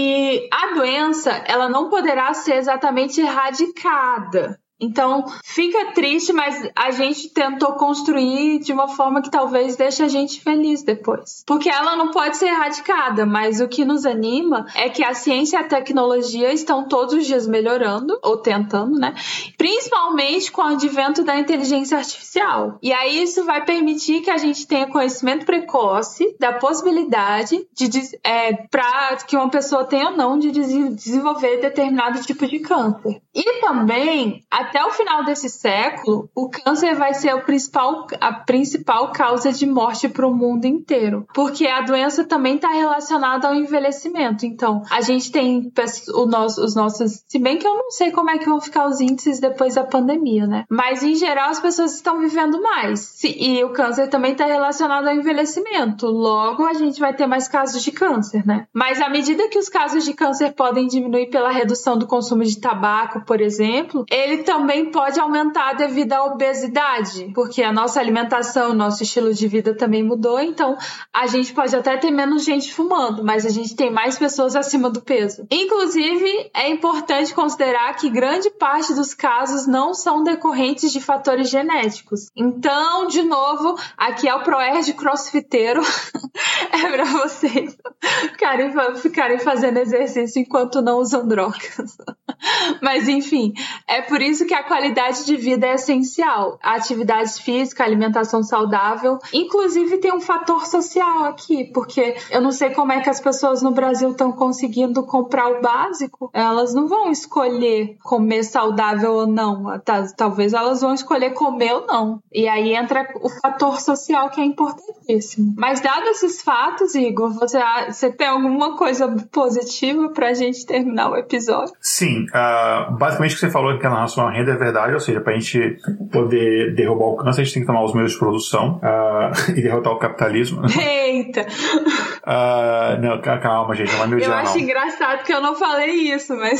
E a doença, ela não poderá ser exatamente erradicada. Então, fica triste, mas a gente tentou construir de uma forma que talvez deixe a gente feliz depois. Porque ela não pode ser erradicada, mas o que nos anima é que a ciência e a tecnologia estão todos os dias melhorando, ou tentando, né? Principalmente com o advento da inteligência artificial. E aí isso vai permitir que a gente tenha conhecimento precoce da possibilidade de, é, para que uma pessoa tenha ou não de desenvolver determinado tipo de câncer. E também, até o final desse século, o câncer vai ser o principal, a principal causa de morte para o mundo inteiro. Porque a doença também está relacionada ao envelhecimento. Então, a gente tem o nosso, os nossos... Se bem que eu não sei como é que vão ficar os índices depois da pandemia, né? Mas, em geral, as pessoas estão vivendo mais. E o câncer também está relacionado ao envelhecimento. Logo, a gente vai ter mais casos de câncer, né? Mas, à medida que os casos de câncer podem diminuir pela redução do consumo de tabaco, por exemplo, ele também pode aumentar devido à obesidade, porque a nossa alimentação, o nosso estilo de vida também mudou, então a gente pode até ter menos gente fumando, mas a gente tem mais pessoas acima do peso. Inclusive, é importante considerar que grande parte dos casos não são decorrentes de fatores genéticos. Então, de novo, aqui é o ProErd crossfiteiro, é para vocês ficarem, ficarem fazendo exercício enquanto não usam drogas. Mas, enfim, é por isso que a qualidade de vida é essencial. A atividade física, a alimentação saudável. Inclusive, tem um fator social aqui, porque eu não sei como é que as pessoas no Brasil estão conseguindo comprar o básico. Elas não vão escolher comer saudável ou não. Talvez elas vão escolher comer ou não. E aí entra o fator social, que é importantíssimo. Mas, dados esses fatos, Igor, você, você tem alguma coisa positiva pra gente terminar o episódio? Sim. Uh, basicamente o que você falou que a relação à renda é verdade, ou seja, para a gente poder derrubar o câncer, a gente tem que tomar os meios de produção uh, e derrotar o capitalismo. Eita! Uh, não, calma, gente, não vai me odiar, Eu acho não. engraçado que eu não falei isso, mas...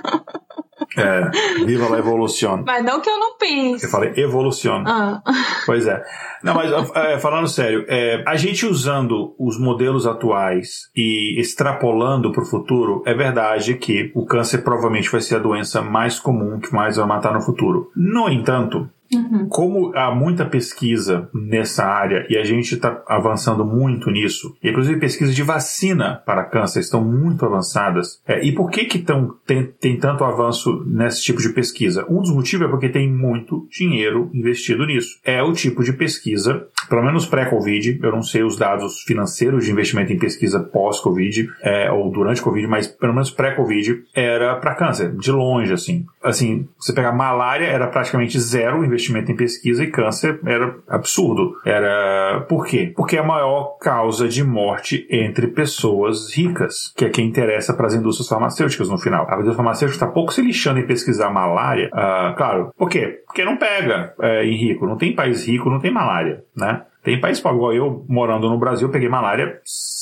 É, viva a evolução. Mas não que eu não pense. Eu falei evolução. Ah. Pois é. Não, mas é, falando sério, é, a gente usando os modelos atuais e extrapolando para o futuro, é verdade que o câncer provavelmente vai ser a doença mais comum que mais vai matar no futuro. No entanto, Uhum. como há muita pesquisa nessa área e a gente está avançando muito nisso, e inclusive pesquisas de vacina para câncer estão muito avançadas, é, e por que que tão, tem, tem tanto avanço nesse tipo de pesquisa? Um dos motivos é porque tem muito dinheiro investido nisso. É o tipo de pesquisa, pelo menos pré-Covid, eu não sei os dados financeiros de investimento em pesquisa pós-Covid, é, ou durante Covid, mas pelo menos pré-Covid era para câncer, de longe, assim. Assim, você pegar malária, era praticamente zero investimento em pesquisa, e câncer era absurdo. Era... Por quê? Porque é a maior causa de morte entre pessoas ricas, que é quem interessa para as indústrias farmacêuticas no final. A indústria farmacêutica está pouco se lixando em pesquisar malária. Uh, claro, por quê? Porque não pega é, em rico. Não tem país rico, não tem malária, né? Tem país pobre, igual eu, morando no Brasil, peguei malária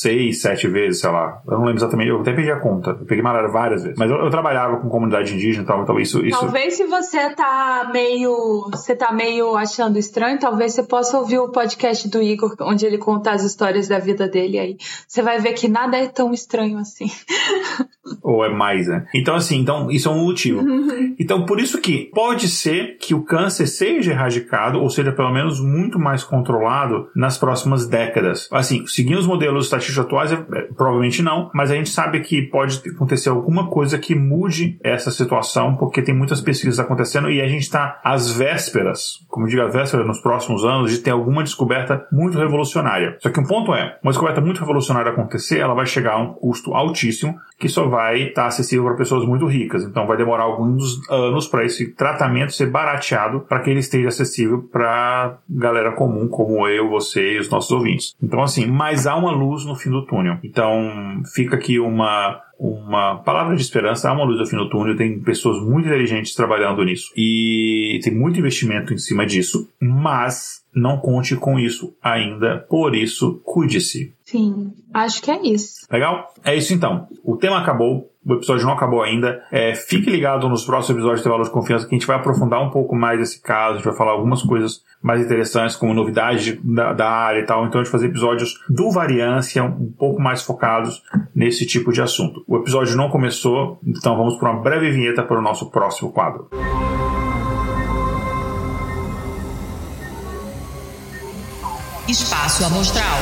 seis, sete vezes, sei lá. Eu não lembro exatamente, eu até perdi a conta. Eu peguei malária várias vezes. Mas eu, eu trabalhava com comunidade indígena e tal, então isso, isso... Talvez se você tá meio... Você tá meio achando estranho, talvez você possa ouvir o podcast do Igor, onde ele conta as histórias da vida dele aí. Você vai ver que nada é tão estranho assim. Ou é mais, né? Então, assim, então, isso é um motivo. Uhum. Então, por isso que pode ser que o câncer seja erradicado, ou seja, pelo menos muito mais controlado nas próximas décadas. Assim, seguindo os modelos estatísticos atuais, é, é, provavelmente não, mas a gente sabe que pode acontecer alguma coisa que mude essa situação, porque tem muitas pesquisas acontecendo e a gente está às vésperas, como eu digo, às vésperas nos próximos anos, de ter alguma descoberta muito revolucionária. Só que um ponto é, uma descoberta muito revolucionária acontecer, ela vai chegar a um custo altíssimo, que só vai estar acessível para pessoas muito ricas. Então vai demorar alguns anos para esse tratamento ser barateado para que ele esteja acessível para galera comum, como eu, você e os nossos ouvintes. Então, assim, mas há uma luz no fim do túnel. Então, fica aqui uma... uma palavra de esperança, há uma luz no fim do túnel, tem pessoas muito inteligentes trabalhando nisso e tem muito investimento em cima disso, mas não conte com isso ainda, por isso, cuide-se. Sim, acho que é isso. Legal? É isso então. O tema acabou, o episódio não acabou ainda. É, fique ligado nos próximos episódios de Intervalo de Confiança, que a gente vai aprofundar um pouco mais esse caso, a gente vai falar algumas coisas mais interessantes, como novidades da, da área e tal. Então a gente vai fazer episódios do Variância, um pouco mais focados nesse tipo de assunto. O episódio não começou, então vamos para uma breve vinheta para o nosso próximo quadro. Espaço Amostral.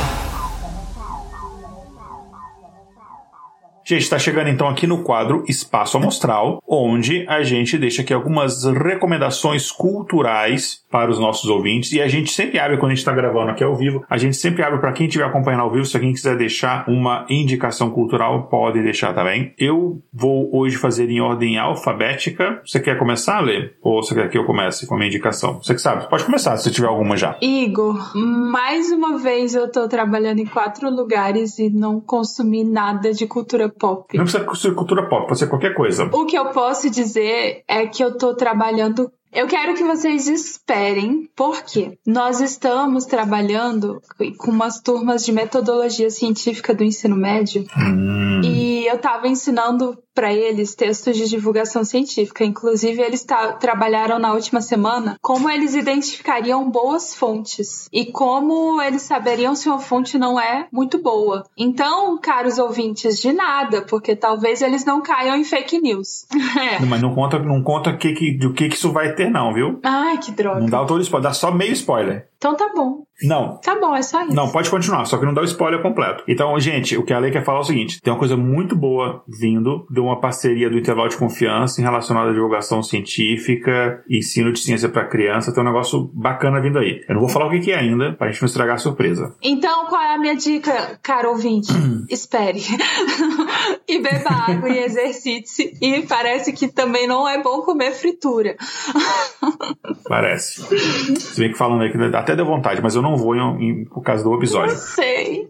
Gente, está chegando então aqui no quadro Espaço Amostral, onde a gente deixa aqui algumas recomendações culturais para os nossos ouvintes, e a gente sempre abre, quando a gente está gravando aqui ao vivo, a gente sempre abre para quem estiver acompanhando ao vivo. Se alguém quiser deixar uma indicação cultural, pode deixar também. Eu vou hoje fazer em ordem alfabética. Você quer começar, Lê? Ou você quer que eu comece com a minha indicação? Você que sabe, pode começar, se tiver alguma já. Igor, mais uma vez eu tô trabalhando em quatro lugares e não consumi nada de cultura pop. Não precisa ser cultura pop, pode ser qualquer coisa. O que eu posso dizer é que eu tô trabalhando... Eu quero que vocês esperem, porque nós estamos trabalhando com umas turmas de metodologia científica do ensino médio, hum. e eu estava ensinando para eles textos de divulgação científica. Inclusive, eles tá, trabalharam na última semana como eles identificariam boas fontes e como eles saberiam se uma fonte não é muito boa. Então, caros ouvintes, de nada, porque talvez eles não caiam em fake news. é. Mas não conta, não conta que, que, do que, que isso vai ter, não, viu? Ai, que droga. Não dá todo spoiler, dá só meio spoiler. Então tá bom. Não. Tá bom, é só isso. Não, pode continuar, só que não dá o spoiler completo. Então, gente, o que a Lei quer falar é o seguinte: tem uma coisa muito boa vindo de uma parceria do Intervalo de Confiança relacionada à divulgação científica, ensino de ciência para criança. Tem um negócio bacana vindo aí. Eu não vou falar o que, que é ainda, pra gente não estragar a surpresa. Então, qual é a minha dica, caro ouvinte? Espere. E beba água e exercite-se. E parece que também não é bom comer fritura. Parece. Se bem que falando aí que até deu vontade, mas eu não vou em, em, por causa do episódio. Eu sei.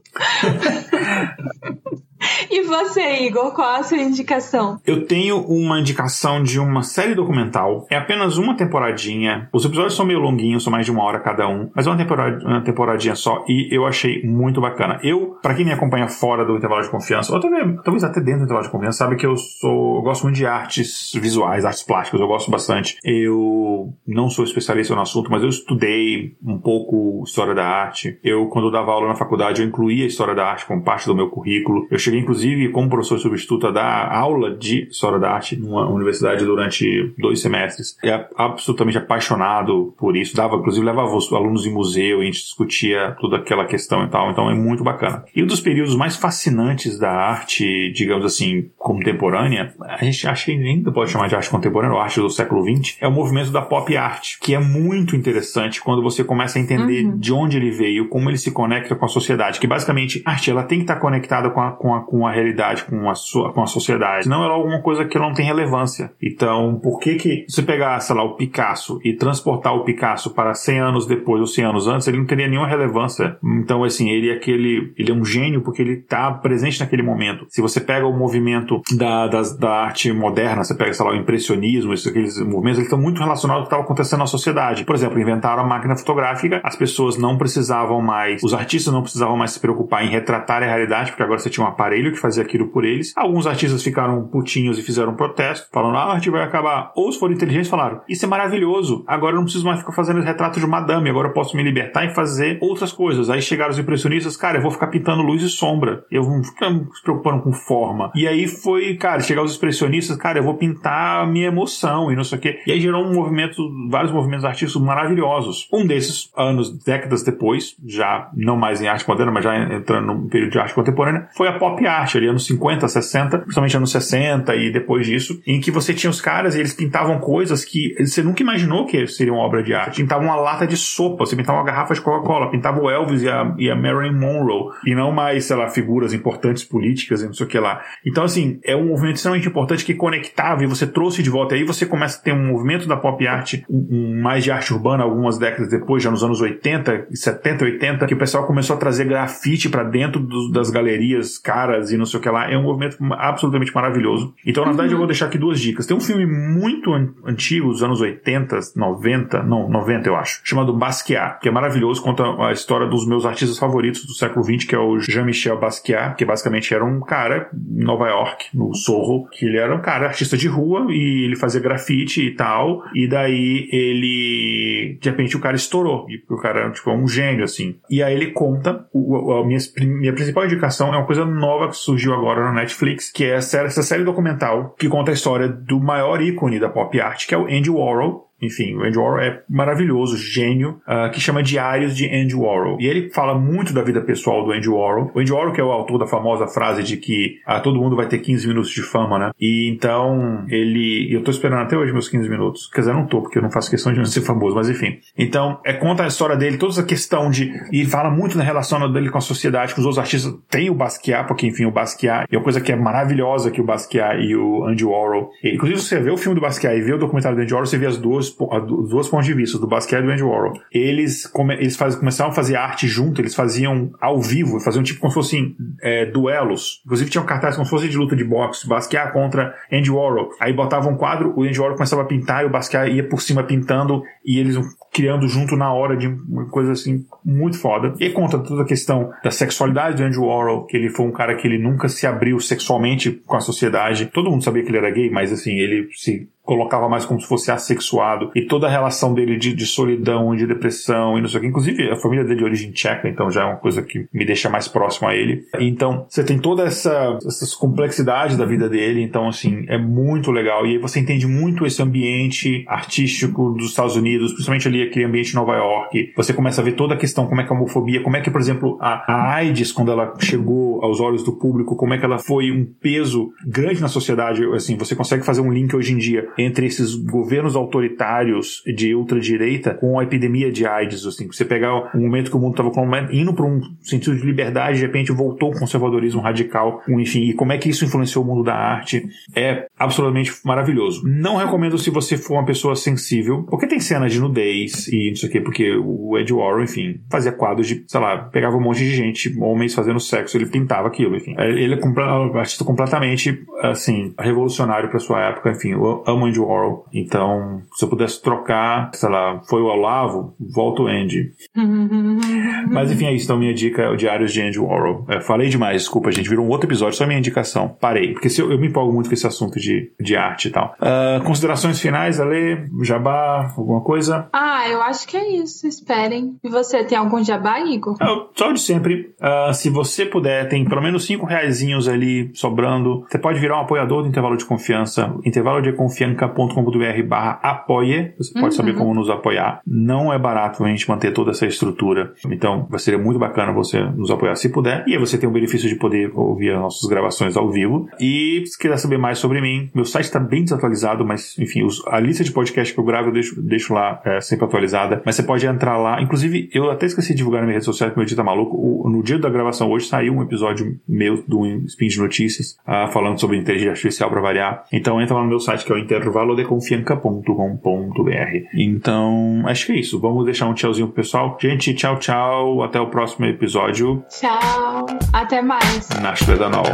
E você, Igor, qual a sua indicação? Eu tenho uma indicação de uma série documental. É apenas uma temporadinha. Os episódios são meio longuinhos, são mais de uma hora cada um, mas é uma, temporad- uma temporadinha só, e eu achei muito bacana. Eu, pra quem me acompanha fora do Intervalo de Confiança, ou talvez, talvez até dentro do Intervalo de Confiança, sabe que eu sou, eu gosto muito de artes visuais, artes plásticas, eu gosto bastante. Eu não sou especialista no assunto, mas eu estudei um pouco história da arte. Eu, quando eu dava aula na faculdade, eu incluía a história da arte como parte do meu currículo. Eu cheguei, inclusive, como professor substituto, a dar aula de história da arte numa universidade durante dois semestres. É absolutamente apaixonado por isso. Dava, inclusive, levava os alunos em museu e a gente discutia toda aquela questão e tal. Então é muito bacana. E um dos períodos mais fascinantes da arte, digamos assim, contemporânea, a gente acha que ainda pode chamar de arte contemporânea, ou arte do século vinte, é o movimento da pop art, que é muito interessante quando você começa a entender uhum. de onde ele veio, como ele se conecta com a sociedade. Que basicamente, a arte ela tem que estar conectada com a, com a, com a realidade realidade com a, sua, com a sociedade. Não é alguma coisa que não tem relevância. Então, por que que você pegar, sei lá, o Picasso e transportar o Picasso para cem anos depois ou cem anos antes, ele não teria nenhuma relevância. Então, assim, ele é aquele, ele é um gênio porque ele está presente naquele momento. Se você pega o movimento da, da, da arte moderna, você pega, sei lá, o impressionismo, esses, aqueles movimentos, eles estão muito relacionados ao que estava acontecendo na sociedade. Por exemplo, inventaram a máquina fotográfica, as pessoas não precisavam mais, os artistas não precisavam mais se preocupar em retratar a realidade, porque agora você tinha um aparelho que fazia aquilo por eles. Alguns artistas ficaram putinhos e fizeram um protesto, falando, ah, a arte vai acabar. Ou se foram inteligentes, falaram, isso é maravilhoso, agora eu não preciso mais ficar fazendo retrato de madame, agora eu posso me libertar e fazer outras coisas. Aí chegaram os impressionistas, cara, eu vou ficar pintando luz e sombra, eu vou ficar se preocupando com forma. E aí foi, cara, chegar os expressionistas, cara, eu vou pintar a minha emoção e não sei o quê. E aí gerou um movimento, vários movimentos artísticos maravilhosos. Um desses, anos, décadas depois, já não mais em arte moderna, mas já entrando no período de arte contemporânea, foi a pop art, ali anos cinquenta, sessenta, principalmente anos sessenta e depois disso, em que você tinha os caras e eles pintavam coisas que você nunca imaginou que seriam obra de arte. Pintavam uma lata de sopa, você pintava uma garrafa de Coca-Cola, pintava o Elvis e a, e a Marilyn Monroe, e não mais, sei lá, figuras importantes políticas e não sei o que lá. Então, assim, é um movimento extremamente importante que conectava e você trouxe de volta. Aí você começa a ter um movimento da pop art, um, um, mais de arte urbana, algumas décadas depois, já nos anos oitenta, setenta, oitenta, que o pessoal começou a trazer grafite pra dentro do, das galerias caras e não sei o que lá. É um movimento absolutamente maravilhoso. Então, na verdade, uhum. eu vou deixar aqui duas dicas. Tem um filme muito an- antigo, dos anos oitenta, noventa, não, noventa eu acho, chamado Basquiat, que é maravilhoso, conta a história dos meus artistas favoritos do século vinte, que é o Jean-Michel Basquiat, que basicamente era um cara em Nova York, no Sorro, que ele era um cara artista de rua e ele fazia grafite e tal, e daí ele, de repente o cara estourou, e o cara tipo, é um gênio, assim. E aí ele conta, o, a minha, minha principal indicação é uma coisa nova que surgiu agora na Netflix, que é essa, essa série documental que conta a história do maior ícone da pop art, que é o Andy Warhol. Enfim, o Andy Warhol é maravilhoso, gênio, uh, que chama Diários de Andy Warhol. E ele fala muito da vida pessoal do Andy Warhol. O Andy Warhol que é o autor da famosa frase de que ah, todo mundo vai ter quinze minutos de fama, né? E então, ele... Eu tô esperando até hoje meus quinze minutos. Quer dizer, não tô, porque eu não faço questão de não ser famoso, mas enfim. Então, é, conta a história dele, toda essa questão de... E ele fala muito na relação dele com a sociedade, com os outros artistas. Tem o Basquiat, porque, enfim, o Basquiat é uma coisa que é maravilhosa que o Basquiat e o Andy Warhol... E, inclusive, se você vê o filme do Basquiat e vê o documentário do Andy Warhol, você vê as duas os dois pontos de vista, do Basquiat e do Andy Warhol. Eles, come, eles faz, começaram a fazer arte junto, eles faziam ao vivo, faziam tipo como se fossem é, duelos. Inclusive tinham cartazes como se fosse de luta de boxe, Basquiat contra Andy Warhol. Aí botavam um quadro, o Andy Warhol começava a pintar e o Basquiat ia por cima pintando e eles criando junto na hora de uma coisa assim muito foda. E conta toda a questão da sexualidade do Andy Warhol, que ele foi um cara que ele nunca se abriu sexualmente com a sociedade. Todo mundo sabia que ele era gay, mas assim, ele se colocava mais como se fosse assexuado, e toda a relação dele de, de solidão, de depressão e não sei o que. Inclusive, a família dele é de origem tcheca, então já é uma coisa que me deixa mais próximo a ele. Então, você tem toda essa, essa complexidade da vida dele, então, assim, é muito legal. E aí você entende muito esse ambiente artístico dos Estados Unidos, principalmente ali aquele ambiente de Nova York. Você começa a ver toda a questão, como é que a homofobia, como é que, por exemplo, a, a AIDS, quando ela chegou aos olhos do público, como é que ela foi um peso grande na sociedade. Assim, você consegue fazer um link hoje em dia entre esses governos autoritários de ultradireita com a epidemia de AIDS, assim, você pegar um momento que o mundo estava indo para um sentido de liberdade, de repente voltou o conservadorismo radical, enfim, e como é que isso influenciou o mundo da arte, é absolutamente maravilhoso. Não recomendo se você for uma pessoa sensível, porque tem cenas de nudez e não sei o quê, porque o Andy Warhol, enfim, fazia quadros de, sei lá, pegava um monte de gente, homens fazendo sexo, ele pintava aquilo, enfim. Ele é um artista completamente, assim, revolucionário para sua época, enfim, eu amo Andy Warhol, então se eu pudesse trocar, sei lá, foi o Olavo, volta o Andy. Mas enfim, é isso, então minha dica é o Diários de Andy Warhol. É, falei demais, desculpa, gente, virou um outro episódio, só minha indicação, parei, porque se eu, eu me empolgo muito com esse assunto de, de arte e tal. Uh, considerações finais, Ale, jabá, alguma coisa? Ah, eu acho que é isso, esperem. E você, tem algum jabá, Igor? Eu, só o de sempre, uh, se você puder, tem pelo menos cinco reaisinhos ali sobrando, você pode virar um apoiador do Intervalo de Confiança. Intervalo de Confiança deconfianca.com.br barra apoia. Você pode uhum. saber como nos apoiar. Não é barato a gente manter toda essa estrutura. Então, seria muito bacana você nos apoiar se puder. E aí você tem o benefício de poder ouvir as nossas gravações ao vivo. E se quiser saber mais sobre mim, meu site está bem desatualizado, mas enfim, os, a lista de podcast que eu gravo eu deixo, deixo lá é, sempre atualizada. Mas você pode entrar lá. Inclusive, eu até esqueci de divulgar na minha rede social que meu dia tá maluco. O, no dia da gravação hoje saiu um episódio meu do Spin de Notícias uh, falando sobre inteligência artificial para variar. Então entra lá no meu site que é o intervalo de confianca ponto com ponto b r. Então, acho que é isso. Vamos deixar um tchauzinho pro pessoal. Gente, tchau, tchau. Até o próximo episódio. Tchau. Até mais. Na Shredanol.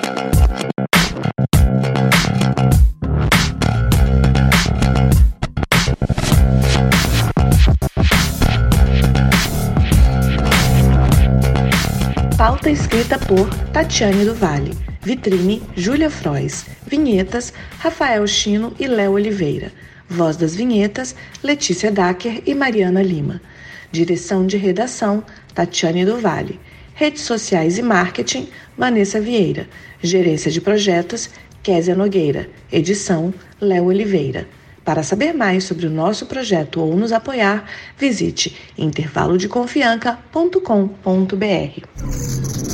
Pauta escrita por Tatiane do Vale. Vitrine, Júlia Frois. Vinhetas, Rafael Chino e Léo Oliveira. Voz das vinhetas, Letícia Dacker e Mariana Lima. Direção de redação, Tatiane do Vale. Redes sociais e marketing, Vanessa Vieira. Gerência de projetos, Késia Nogueira. Edição, Léo Oliveira. Para saber mais sobre o nosso projeto ou nos apoiar, visite intervalo de confianca ponto com ponto b r.